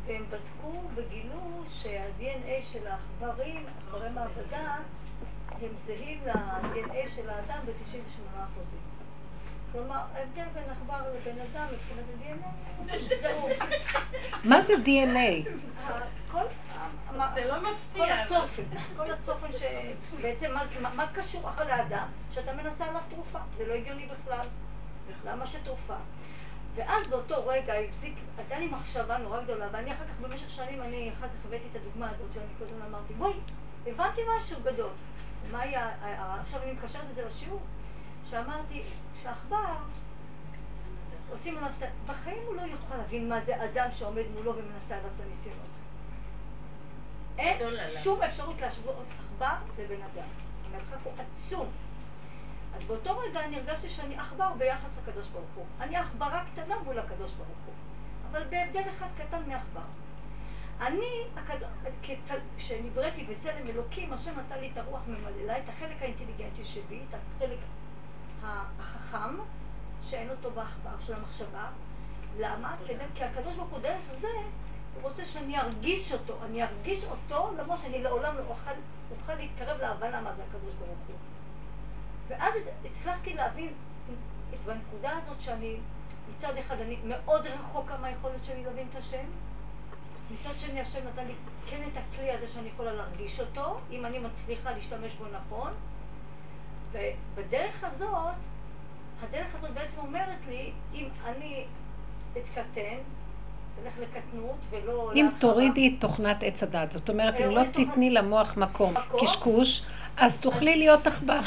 והם בדקו וגילו שה-DNA של העכברים, עכברי מעבדה, הם זהים ל-DNA של האדם ב-98%. כלומר, ההבדל בין עכבר לבין אדם מבחינת ה-DNA זהו. מה זה DNA? זה לא מפתיע. כל הצופן שבעצם, מה קשור אחר לאדם? שאתה מנסה עליו תרופה. זה לא הגיוני בכלל. למה שתרופה? ואז באותו רגע הייתה לי מחשבה נורא גדולה, ואני אחר כך במשך שנים, אני אחר כך הבאתי את הדוגמה הזאת שאני קודם אמרתי, וואי, הבנתי משהו גדול. מה היה, עכשיו אני מקשרת את זה לשיעור, שאמרתי שהעכבר עושים עליו, בחיים הוא לא יוכל להבין מה זה אדם שעומד מולו ומנסה עליו את הניסיונות. אין שום אפשרות להשוות עכבר לבן אדם. המרחק הוא עצום. אז באותו רגע אני הרגשתי שאני עכבר ביחס לקדוש ברוך הוא. אני עכברה קטנה מול הקדוש ברוך הוא. אבל בהבדל אחד קטן מעכבר. אני, כשנבראתי בצלם אלוקים, השם נתן לי את הרוח ממללה, את החלק האינטליגנטי שבי, את החלק החכם, שאין אותו בעכבר של המחשבה. למה? כי הקדוש ברוך הוא דרך זה, הוא רוצה שאני ארגיש אותו. אני ארגיש אותו, למרות שאני לעולם לא אוכל להתקרב להבנה מה זה הקדוש ברוך הוא. ואז הצלחתי להבין בנקודה הזאת שאני, מצד אחד אני מאוד רחוקה מהיכולת שלי להבין את השם, מצד שני השם נתן לי כן את הכלי הזה שאני יכולה להרגיש אותו, אם אני מצליחה להשתמש בו נכון, ובדרך הזאת, הדרך הזאת בעצם אומרת לי, אם אני אתקטן, אלך לקטנות ולא... אם תורידי תוכנת עץ הדעת, זאת אומרת, אם לא תתני למוח מקום, קשקוש, אז תוכלי להיות עכבר.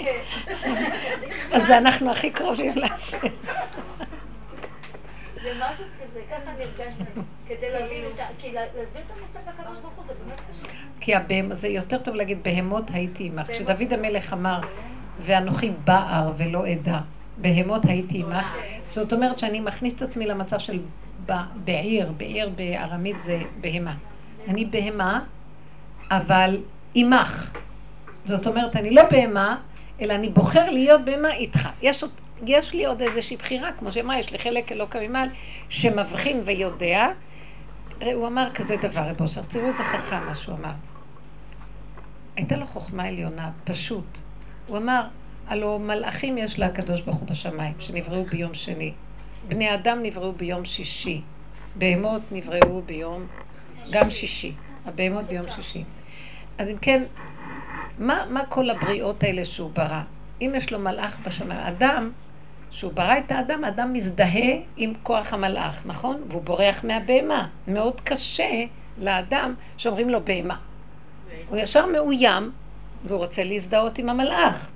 אז אנחנו הכי קרובים להשם. זה משהו כזה, ככה נרגשתי, כדי להבין את ה... כי להסביר את המושג הקדוש ברוך הוא זה באמת קשה. כי זה יותר טוב להגיד, בהמות הייתי עמך. כשדוד המלך אמר, ואנוכי בער ולא עדה, בהמות הייתי עמך, זאת אומרת שאני מכניס את עצמי למצב של בעיר, בעיר בארמית זה בהמה. אני בהמה, אבל עמך. זאת אומרת, אני לא בהמה, אלא אני בוחר להיות בהמה איתך. יש לי עוד איזושהי בחירה, כמו שמה, יש לי חלק אלוקא ממעל, שמבחין ויודע. הוא אמר כזה דבר, רב אושר, תראו איזה חכם מה שהוא אמר. הייתה לו חוכמה עליונה, פשוט. הוא אמר, הלא מלאכים יש לה הקדוש ברוך הוא בשמיים, שנבראו ביום שני. בני אדם נבראו ביום שישי. בהמות נבראו ביום גם שישי. הבהמות ביום שישי. אז אם כן, מה כל הבריאות האלה שהוא ברא? אם יש לו מלאך בשמיים, אדם, שהוא ברא את האדם, האדם מזדהה עם כוח המלאך, נכון? והוא בורח מהבהמה. מאוד קשה לאדם שאומרים לו בהמה. הוא ישר מאוים, והוא רוצה להזדהות עם המלאך.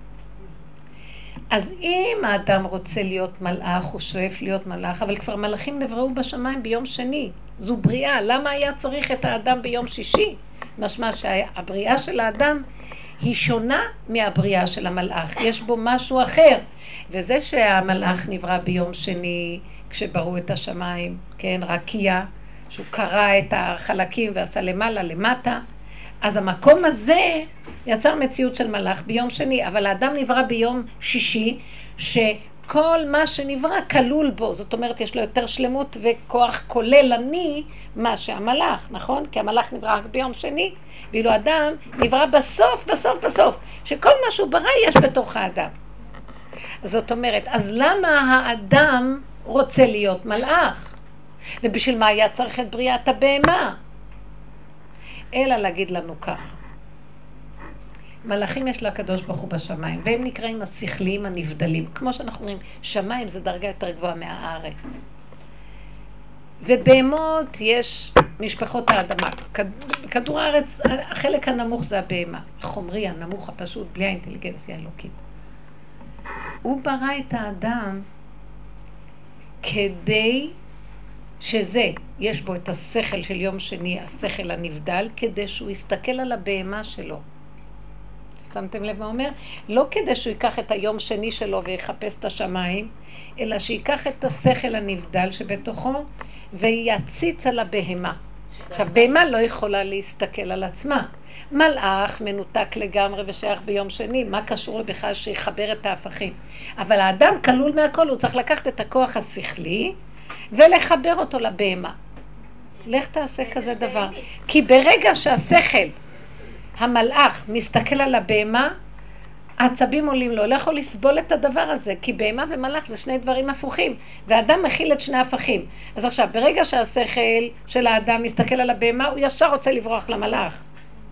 אז אם האדם רוצה להיות מלאך, הוא שואף להיות מלאך, אבל כבר מלאכים נבראו בשמיים ביום שני. זו בריאה. למה היה צריך את האדם ביום שישי? משמע שהבריאה של האדם היא שונה מהבריאה של המלאך. יש בו משהו אחר. וזה שהמלאך נברא ביום שני, כשבראו את השמיים, כן, רקיע, שהוא קרא את החלקים ועשה למעלה, למטה, אז המקום הזה יצר מציאות של מלאך ביום שני, אבל האדם נברא ביום שישי, שכל מה שנברא כלול בו, זאת אומרת יש לו יותר שלמות וכוח כוללני מה שהמלאך, נכון? כי המלאך נברא רק ביום שני, ואילו האדם נברא בסוף, בסוף, בסוף, שכל מה שהוא ברא יש בתוך האדם. זאת אומרת, אז למה האדם רוצה להיות מלאך? ובשביל מה היה צריך את בריאת הבהמה? אלא להגיד לנו כך. מלאכים יש לקדוש ברוך הוא בשמיים, והם נקראים השכליים הנבדלים. כמו שאנחנו אומרים, שמיים זה דרגה יותר גבוהה מהארץ. ובהמות יש משפחות האדמה. כדור הארץ, החלק הנמוך זה הבהמה. החומרי, הנמוך, הפשוט, בלי האינטליגנציה האלוקית. הוא ברא את האדם כדי שזה, יש בו את השכל של יום שני, השכל הנבדל, כדי שהוא יסתכל על הבהמה שלו. שמתם לב מה אומר? לא כדי שהוא ייקח את היום שני שלו ויחפש את השמיים, אלא שיקח את השכל הנבדל שבתוכו ויציץ על הבהמה. עכשיו, בהמה לא יכולה להסתכל על עצמה. מלאך מנותק לגמרי ושייך ביום שני, מה קשור לו בכלל שיחבר את ההפכים? אבל האדם כלול מהכל, הוא צריך לקחת את הכוח השכלי ולחבר אותו לבהמה. לך תעשה כזה דבר. כי ברגע שהשכל, המלאך, מסתכל על הבהמה, העצבים עולים לו, לא יכול לסבול את הדבר הזה, כי בהמה ומלאך זה שני דברים הפוכים, והאדם מכיל את שני הפכים. אז עכשיו, ברגע שהשכל של האדם מסתכל על הבהמה, הוא ישר רוצה לברוח למלאך.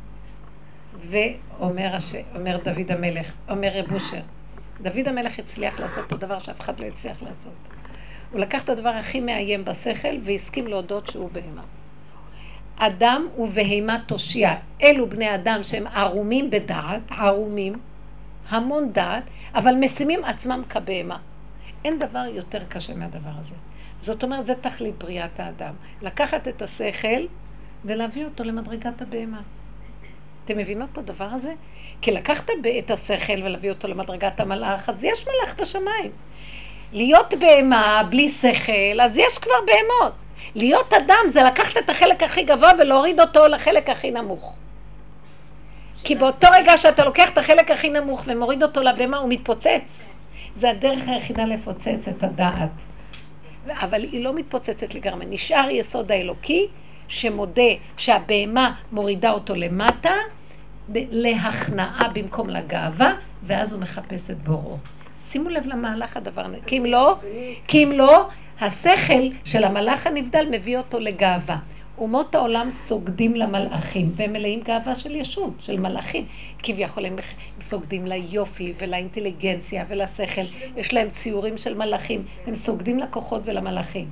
ואומר דוד המלך, אומר רב אושר, דוד המלך הצליח לעשות את הדבר שאף אחד לא הצליח לעשות. הוא לקח את הדבר הכי מאיים בשכל והסכים להודות שהוא בהמה. אדם ובהמה תושיע, אלו בני אדם שהם ערומים בדעת, ערומים, המון דעת, אבל משימים עצמם כבהמה. אין דבר יותר קשה מהדבר הזה. זאת אומרת, זה תכלית בריאת האדם. לקחת את השכל ולהביא אותו למדרגת הבהמה. אתם מבינות את הדבר הזה? כי לקחת את השכל ולהביא אותו למדרגת המלאך, אז יש מלאך בשמיים. להיות בהמה בלי שכל, אז יש כבר בהמות. להיות אדם זה לקחת את החלק הכי גבוה ולהוריד אותו לחלק הכי נמוך. כי באותו רגע שאתה לוקח את החלק הכי נמוך ומוריד אותו לבהמה, הוא מתפוצץ. זה הדרך היחידה לפוצץ את הדעת. אבל היא לא מתפוצצת לגמרי. נשאר יסוד האלוקי שמודה שהבהמה מורידה אותו למטה, להכנעה במקום לגאווה, ואז הוא מחפש את בוראו. שימו לב למהלך הדבר, כי אם לא, השכל של המלאך הנבדל מביא אותו לגאווה. אומות העולם סוגדים למלאכים, והם מלאים גאווה של ישות, של מלאכים. כביכול הם סוגדים ליופי ולאינטליגנציה ולשכל. יש להם ציורים של מלאכים, הם סוגדים לכוחות ולמלאכים.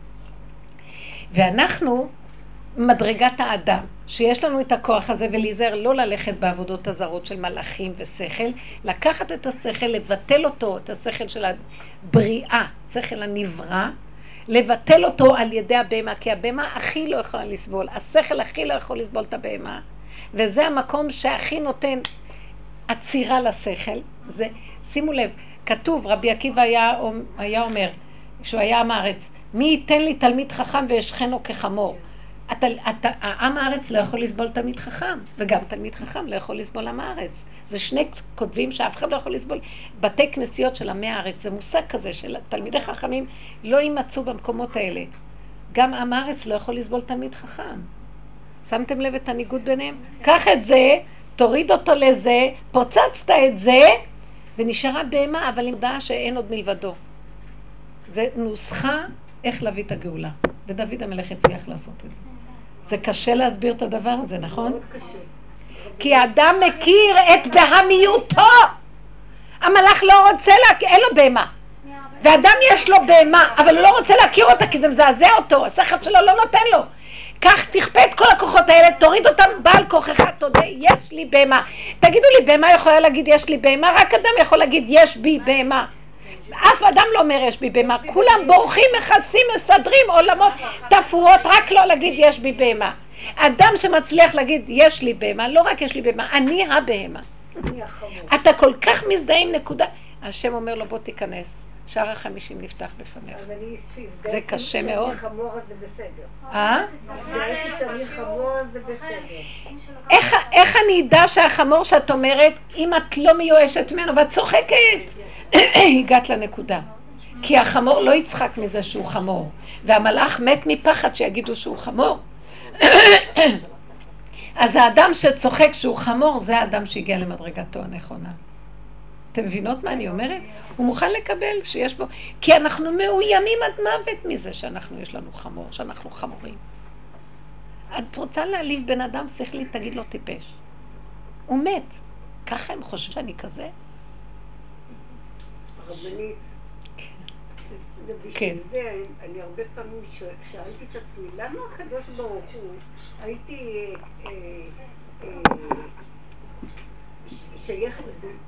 ואנחנו, מדרגת האדם, שיש לנו את הכוח הזה ולהיזהר לא ללכת בעבודות הזרות של מלאכים ושכל, לקחת את השכל, לבטל אותו, את השכל של הבריאה, שכל הנברא, לבטל אותו על ידי הבהמה, כי הבהמה הכי לא יכולה לסבול, השכל הכי לא יכול לסבול את הבהמה, וזה המקום שהכי נותן עצירה לשכל. זה, שימו לב, כתוב, רבי עקיבא היה אומר, כשהוא היה עם הארץ, מי ייתן לי תלמיד חכם וישכנו כחמור? העם הארץ לא יכול לסבול תלמיד חכם, וגם תלמיד חכם לא יכול לסבול עם הארץ. זה שני כותבים שאף אחד לא יכול לסבול. בתי כנסיות של עמי הארץ, זה מושג כזה של תלמידי חכמים לא יימצאו במקומות האלה. גם עם הארץ לא יכול לסבול תלמיד חכם. שמתם לב את הניגוד ביניהם? קח את זה, תוריד אותו לזה, פוצצת את זה, ונשארה בהמה, אבל עם דעה שאין עוד מלבדו. זה נוסחה איך להביא את הגאולה. ודוד המלך הצליח לעשות את זה. זה קשה להסביר את הדבר הזה, נכון? מאוד קשה. כי האדם מכיר את בהמיותו. המלאך לא רוצה להכיר, אין לו בהמה. ואדם יש לו בהמה, אבל הוא לא רוצה להכיר אותה כי זה מזעזע אותו. השכל שלו לא נותן לו. כך תכפה את כל הכוחות האלה, תוריד אותם בעל כוחך, תודה, יש לי בהמה. תגידו לי, בהמה יכולה להגיד יש לי בהמה? רק אדם יכול להגיד יש בי בהמה. אף אדם לא אומר יש בי בהמה, כולם בורחים, מכסים, מסדרים עולמות תפורות, רק לא להגיד יש בי בהמה. אדם שמצליח להגיד יש לי בהמה, לא רק יש לי בהמה, אני הבהמה. אתה כל כך מזדהה עם נקודה. השם אומר לו בוא תיכנס, שער ה50 נפתח בפניך. זה קשה מאוד. איך אני אדע שהחמור שאת אומרת, אם את לא מיואשת ממנו ואת צוחקת, הגעת לנקודה. כי החמור לא יצחק מזה שהוא חמור, והמלאך מת מפחד שיגידו שהוא חמור. אז האדם שצוחק שהוא חמור, זה האדם שהגיע למדרגתו הנכונה. אתם מבינות מה אני אומרת? הוא מוכן לקבל שיש בו, כי אנחנו מאוימים עד מוות מזה שאנחנו, יש לנו חמור, שאנחנו חמורים. את רוצה להעליב בן אדם שכלי, תגיד לו טיפש. הוא מת. ככה הם חושבים שאני כזה? הרבנית, זה בשביל זה, אני הרבה פעמים שאלתי את עצמי, למה הקדוש ברוך הוא, הייתי שייכת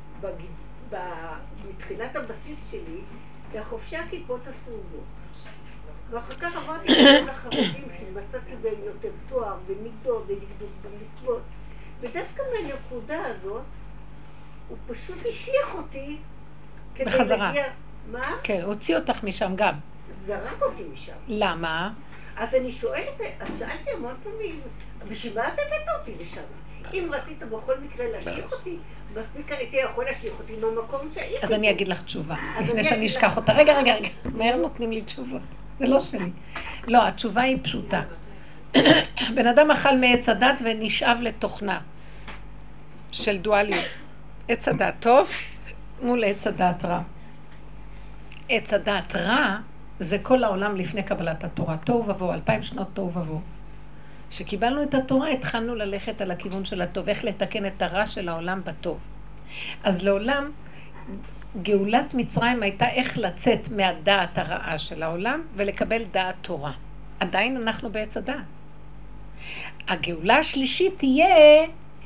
מתחילת הבסיס שלי לחופשי הכיפות הסרוגות. ואחר כך עברתי לכל החרדים, כי מצאתי בהם יותר תואר ומידות ודקדוק במצוות. ודווקא מהנקודה הזאת, הוא פשוט השליך אותי כדי בחזרה. להגיע... מה? כן, הוציא אותך משם גם. זרק אותי משם. למה? אז אני שואלת, אז שאלתי המון פעמים, בשביל מה את הבאת אותי לשם? אם רצית בכל מקרה להשליך אותי, מספיק הייתי יכול להשליך אותי במקום שהייתי. אז אני אגיד לך תשובה, לפני שאני אשכח אותה. רגע, מהר נותנים לי תשובות, זה לא שלי. לא, התשובה היא פשוטה. בן אדם אכל מעץ הדת ונשאב לתוכנה של דואליות. עץ הדת טוב מול עץ הדת רע. עץ הדת רע זה כל העולם לפני קבלת התורה. תוהו ובוהו, 2000 שנות תוהו ובוהו. כשקיבלנו את התורה התחלנו ללכת על הכיוון של הטוב, איך לתקן את הרע של העולם בטוב. אז לעולם גאולת מצרים הייתה איך לצאת מהדעת הרעה של העולם ולקבל דעת תורה. עדיין אנחנו בעץ הדעת. הגאולה השלישית תהיה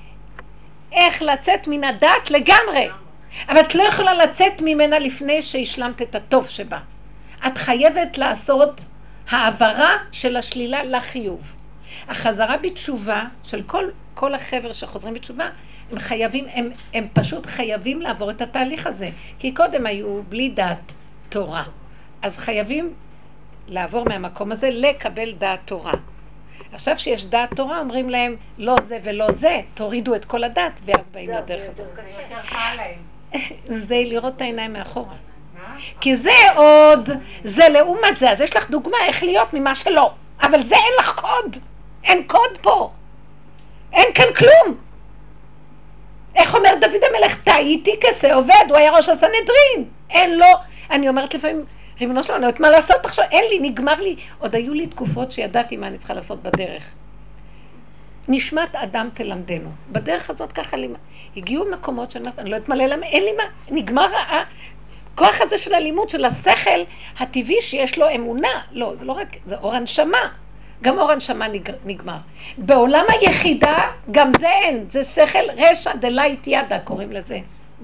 איך לצאת מן הדעת לגמרי. אבל את לא יכולה לצאת ממנה לפני שהשלמת את הטוב שבה. את חייבת לעשות העברה של השלילה לחיוב. החזרה בתשובה של כל החבר שחוזרים בתשובה, הם פשוט חייבים לעבור את התהליך הזה. כי קודם היו בלי דעת תורה. אז חייבים לעבור מהמקום הזה לקבל דעת תורה. עכשיו שיש דעת תורה, אומרים להם לא זה ולא זה, תורידו את כל הדעת, ואז באים לדרך הזאת. זה יותר קל להם. זה לראות את העיניים מאחורה. כי זה עוד, זה לעומת זה, אז יש לך דוגמה איך להיות ממה שלא. אבל זה אין לך קוד. אין קוד פה. אין כאן כלום. איך אומר דוד המלך, טעיתי כזה עובד, הוא היה ראש הסנהדרין. אין לו, אני אומרת לפעמים, ריבונו שלנו, אני לא יודעת מה לעשות עכשיו, אין לי, נגמר לי. עוד היו לי תקופות שידעתי מה אני צריכה לעשות בדרך. נשמת אדם תלמדנו. בדרך הזאת ככה לי, הגיעו מקומות שאני אומרת, אני לא יודעת מה ללמד, אין לי מה, נגמר הכוח הזה של הלימוד, של השכל הטבעי שיש לו אמונה. לא, זה לא רק, זה אור הנשמה. גם אור הנשמה נגמר. בעולם היחידה, גם זה אין. זה שכל רשע דלית ידה, קוראים לזה,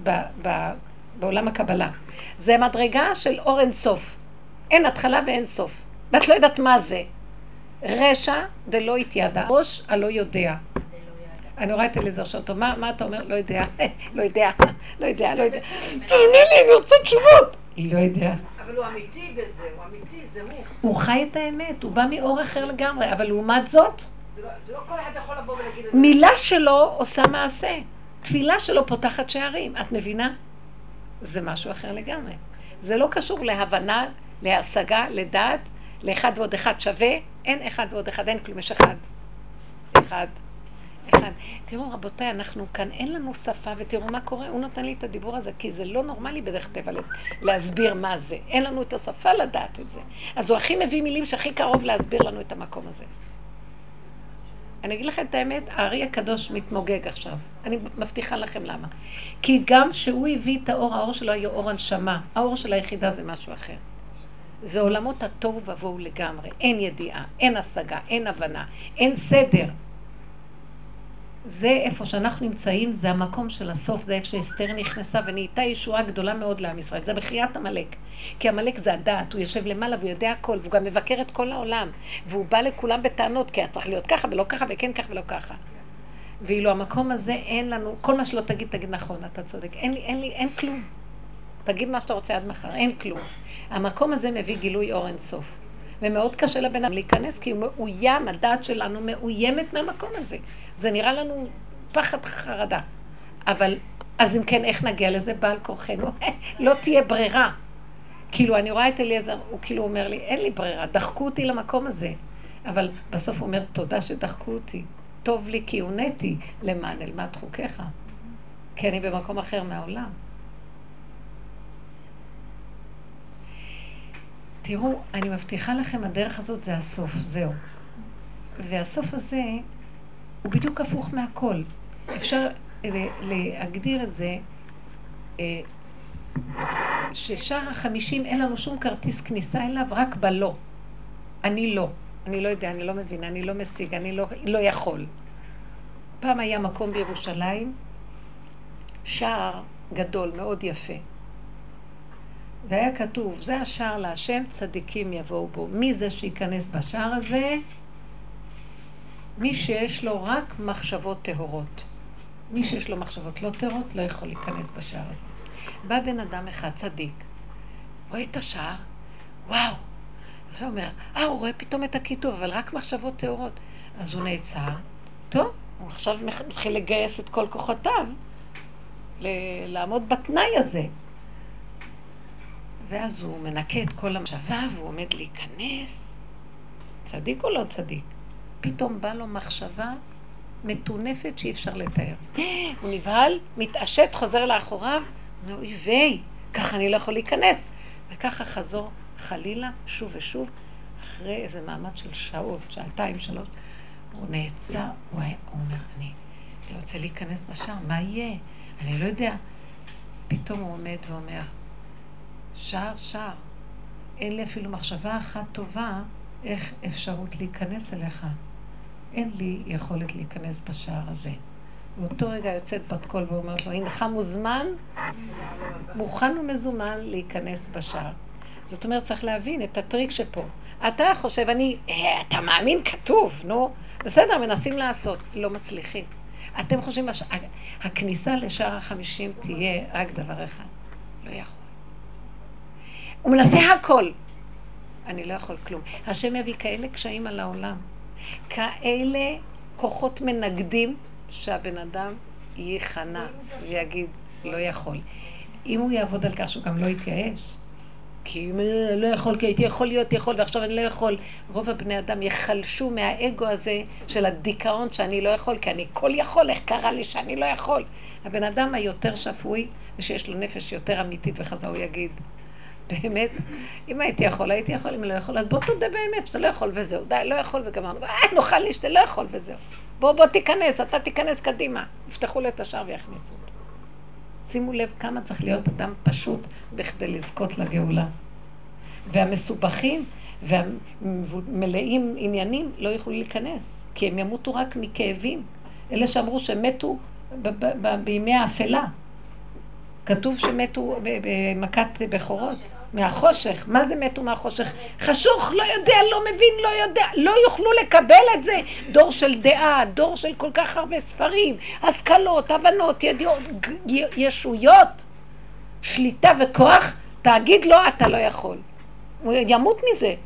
בעולם הקבלה. זה מדרגה של אור אין סוף. אין התחלה ואין סוף. ואת לא יודעת מה זה. רשע דלית ידה. ראש הלא יודע. אני רואה את אליעזר שאותו, מה אתה אומר? לא יודע, לא יודע, לא יודע, לא יודע. תעני לי, אני רוצה תשובות. לא יודע. אבל הוא אמיתי בזה, הוא אמיתי, זה הוא. הוא חי את האמת, הוא בא מאור אחר לגמרי, אבל לעומת זאת, זה לא כל אחד יכול לבוא ולהגיד... מילה שלו עושה מעשה, תפילה שלו פותחת שערים, את מבינה? זה משהו אחר לגמרי. זה לא קשור להבנה, להשגה, לדעת, לאחד ועוד אחד שווה, אין אחד ועוד אחד, אין כלום, יש אחד. אחד. תראו רבותיי, אנחנו כאן, אין לנו שפה, ותראו מה קורה, הוא נותן לי את הדיבור הזה, כי זה לא נורמלי בדרך טבע להסביר מה זה. אין לנו את השפה לדעת את זה. אז הוא הכי מביא מילים שהכי קרוב להסביר לנו את המקום הזה. אני אגיד לכם את האמת, הארי הקדוש מתמוגג עכשיו. אני מבטיחה לכם למה. כי גם שהוא הביא את האור שלו היה אור הנשמה. האור של היחידה זה משהו אחר. זה עולמות התוהו ובוהו לגמרי. אין ידיעה, אין השגה, אין הבנה, אין סדר. זה איפה שאנחנו נמצאים, זה המקום של הסוף, זה איפה שאסתר נכנסה ונהייתה ישועה גדולה מאוד לעם ישראל. זה בחיית המלאק. כי המלאק זה הדעת, הוא יושב למעלה והוא יודע הכל, והוא גם מבקר את כל העולם. והוא בא לכולם בטענות, כי צריך להיות ככה ולא ככה, וכן ככה ולא ככה. ואילו המקום הזה אין לנו, כל מה שלא תגיד, תגיד נכון, אתה צודק. אין כלום. תגיד מה שאתה רוצה עד מחר, אין כלום. המקום הזה מביא גילוי אור אין סוף. ומאוד קשה לבן אדם להיכנס, כי הוא מאוים, הדעת שלנו מאוימת מהמקום הזה. זה נראה לנו פחד חרדה. אבל, אז אם כן, איך נגיע לזה? בעל כורחנו. לא תהיה ברירה. כאילו, אני רואה את אליעזר, הוא כאילו אומר לי, אין לי ברירה, דחקו אותי למקום הזה. אבל בסוף הוא אומר, תודה שדחקו אותי. טוב לי כי הונאתי למען אלמד חוקיך. כי אני במקום אחר מהעולם. תראו, אני מבטיחה לכם, הדרך הזאת זה הסוף, זהו. והסוף הזה הוא בדיוק הפוך מהכל. אפשר להגדיר את זה ששער ה-50 אין לנו שום כרטיס כניסה אליו, רק בלא. אני לא יודע, אני לא מבין, אני לא משיג, אני לא יכול. פעם היה מקום בירושלים, שער גדול, מאוד יפה. והיה כתוב, זה השער להשם, צדיקים יבואו בו. מי זה שיכנס בשער הזה? מי שיש לו רק מחשבות טהורות. מי שיש לו מחשבות לא טהורות, לא יכול להיכנס בשער הזה. בא בן אדם אחד, צדיק, רואה את השער, וואו. אז הוא אומר, הוא רואה פתאום את הכיתוב, אבל רק מחשבות טהורות. אז הוא נעצר, טוב, הוא עכשיו מתחיל לגייס את כל כוחותיו, לעמוד בתנאי הזה. ואז הוא מנקה את כל המחשבה, והוא עומד להיכנס. צדיק או לא צדיק? פתאום בא לו מחשבה מטונפת שאי אפשר לתאר. הוא נבהל, מתעשת, חוזר לאחוריו, אוי ויי, ככה אני לא יכול להיכנס. וככה חזור חלילה, שוב ושוב, אחרי איזה מעמד של שעות, שעתיים, 3, הוא נעצר, הוא אומר, אני רוצה להיכנס בשער, מה יהיה? אני לא יודע. פתאום הוא עומד ואומר, שער, אין לי אפילו מחשבה אחת טובה, איך אפשרות להיכנס אליך. אין לי יכולת להיכנס בשער הזה. באותו רגע יוצאת בת קול ואומרת לו, אינך מוזמן, מוכן ומזומן להיכנס בשער. זאת אומרת, צריך להבין את הטריק שפה. אתה חושב, אתה מאמין כתוב, נו, בסדר, מנסים לעשות, לא מצליחים. אתם חושבים, הכניסה לשער 50 תהיה רק דבר אחד, לא יכול. הוא מנסה הכל. אני לא יכול כלום. השם יביא כאלה קשיים על העולם. כאלה כוחות מנגדים שהבן אדם ייכנע ויגיד, לא יכול. אם הוא יעבוד על כך שהוא גם לא יתייאש, כי אם אני לא יכול, כי הייתי יכול להיות יכול, ועכשיו אני לא יכול. רוב הבני אדם יחלשו מהאגו הזה של הדיכאון שאני לא יכול, כי אני כל יכול, איך קרה לי שאני לא יכול. הבן אדם היותר שפוי, ושיש לו נפש יותר אמיתית וחזה, הוא יגיד, באמת, אם הייתי יכול, אם לא יכול, אז בוא תודה באמת שאתה לא יכול וזהו, די, לא יכול וגמרנו, נוכל לי שאתה לא יכול וזהו. בוא תיכנס, אתה תיכנס קדימה. יפתחו לו את השער ויכניסו אותו. שימו לב כמה צריך להיות אדם פשוט בכדי לזכות לגאולה. והמסובכים והמלאים עניינים לא יוכלו להיכנס, כי הם ימותו רק מכאבים. אלה שאמרו שמתו בימי האפלה. כתוב שמתו במכת בכורות, מהחושך. מה זה מתו מהחושך? חשוך, לא יודע, לא מבין, לא יודע. לא יוכלו לקבל את זה. דור של דעה, דור של כל כך הרבה ספרים, השכלות, הבנות, ידיעות, ישויות, שליטה וכוח. תגיד לו, אתה לא יכול. הוא ימות מזה.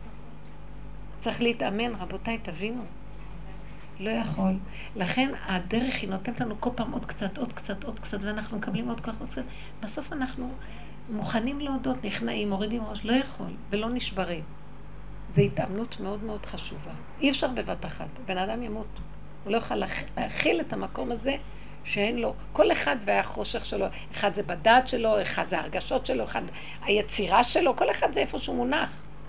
צריך להתאמן, רבותיי, תבינו. לא יכול. לכן הדרך היא נותנת לנו כל פעם עוד קצת, ואנחנו מקבלים עוד כוח, עוד קצת. בסוף אנחנו מוכנים להודות, נכנעים, מורידים ראש, לא יכול, ולא נשברים. זו התאמנות מאוד מאוד חשובה. אי אפשר בבת אחת, בן אדם ימות. הוא לא יכול להכיל את המקום הזה שאין לו. כל אחד והחושך שלו, אחד זה בדעת שלו, אחד זה הרגשות שלו, אחד היצירה שלו, כל אחד ואיפה שהוא מונח.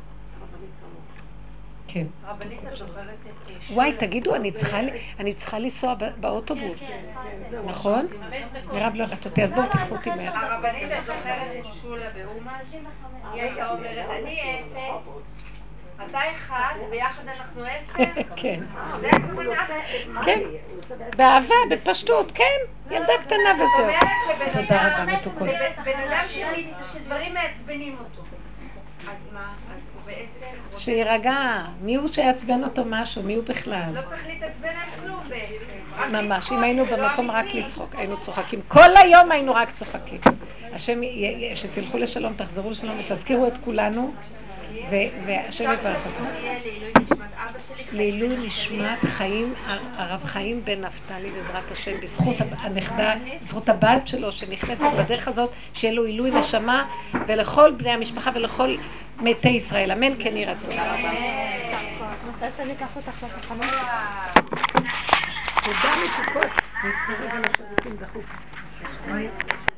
כן. רבנית, את זוכרת את וואי, תגידו, אני צריכה לנסוע באוטובוס. נכון? מירב לא יכולת אותי, אז בואו תיקחו אותי מהר. הרבנית, את זוכרת את שולה באומה? היא הייתה אומרת, אני 0, אתה 1, ביחד אנחנו 10? כן. זה הכוונה? כן. באהבה, בפשטות, כן. ילדה קטנה וזהו. תודה רבה, מתוקות. זה בן אדם שדברים מעצבנים אותו. אז מה? אז הוא בעצם... שירגע, מי הוא שיעצבן אותו משהו? מי הוא בכלל? לא צריך להתעצבן על כלום בעצם. ממש, אם היינו במקום רק לצחוק, היינו צוחקים. כל היום היינו רק צוחקים. השם, שתלכו לשלום, תחזרו לשלום ותזכירו את כולנו, והשם יברך אותנו. לעילוי נשמת חיים, הרב חיים בן נפתלי בעזרת השם, בזכות הנכדה, בזכות הבת שלו שנכנסת בדרך הזאת, שיהיה לו עילוי נשמה, ולכל בני המשפחה ולכל מתי ישראל. אמן כן יהי רצון. רוצה שאני אקח אותך לתחנות? תודה מתוקות. אני צריכה רגע לשירותים דחוף.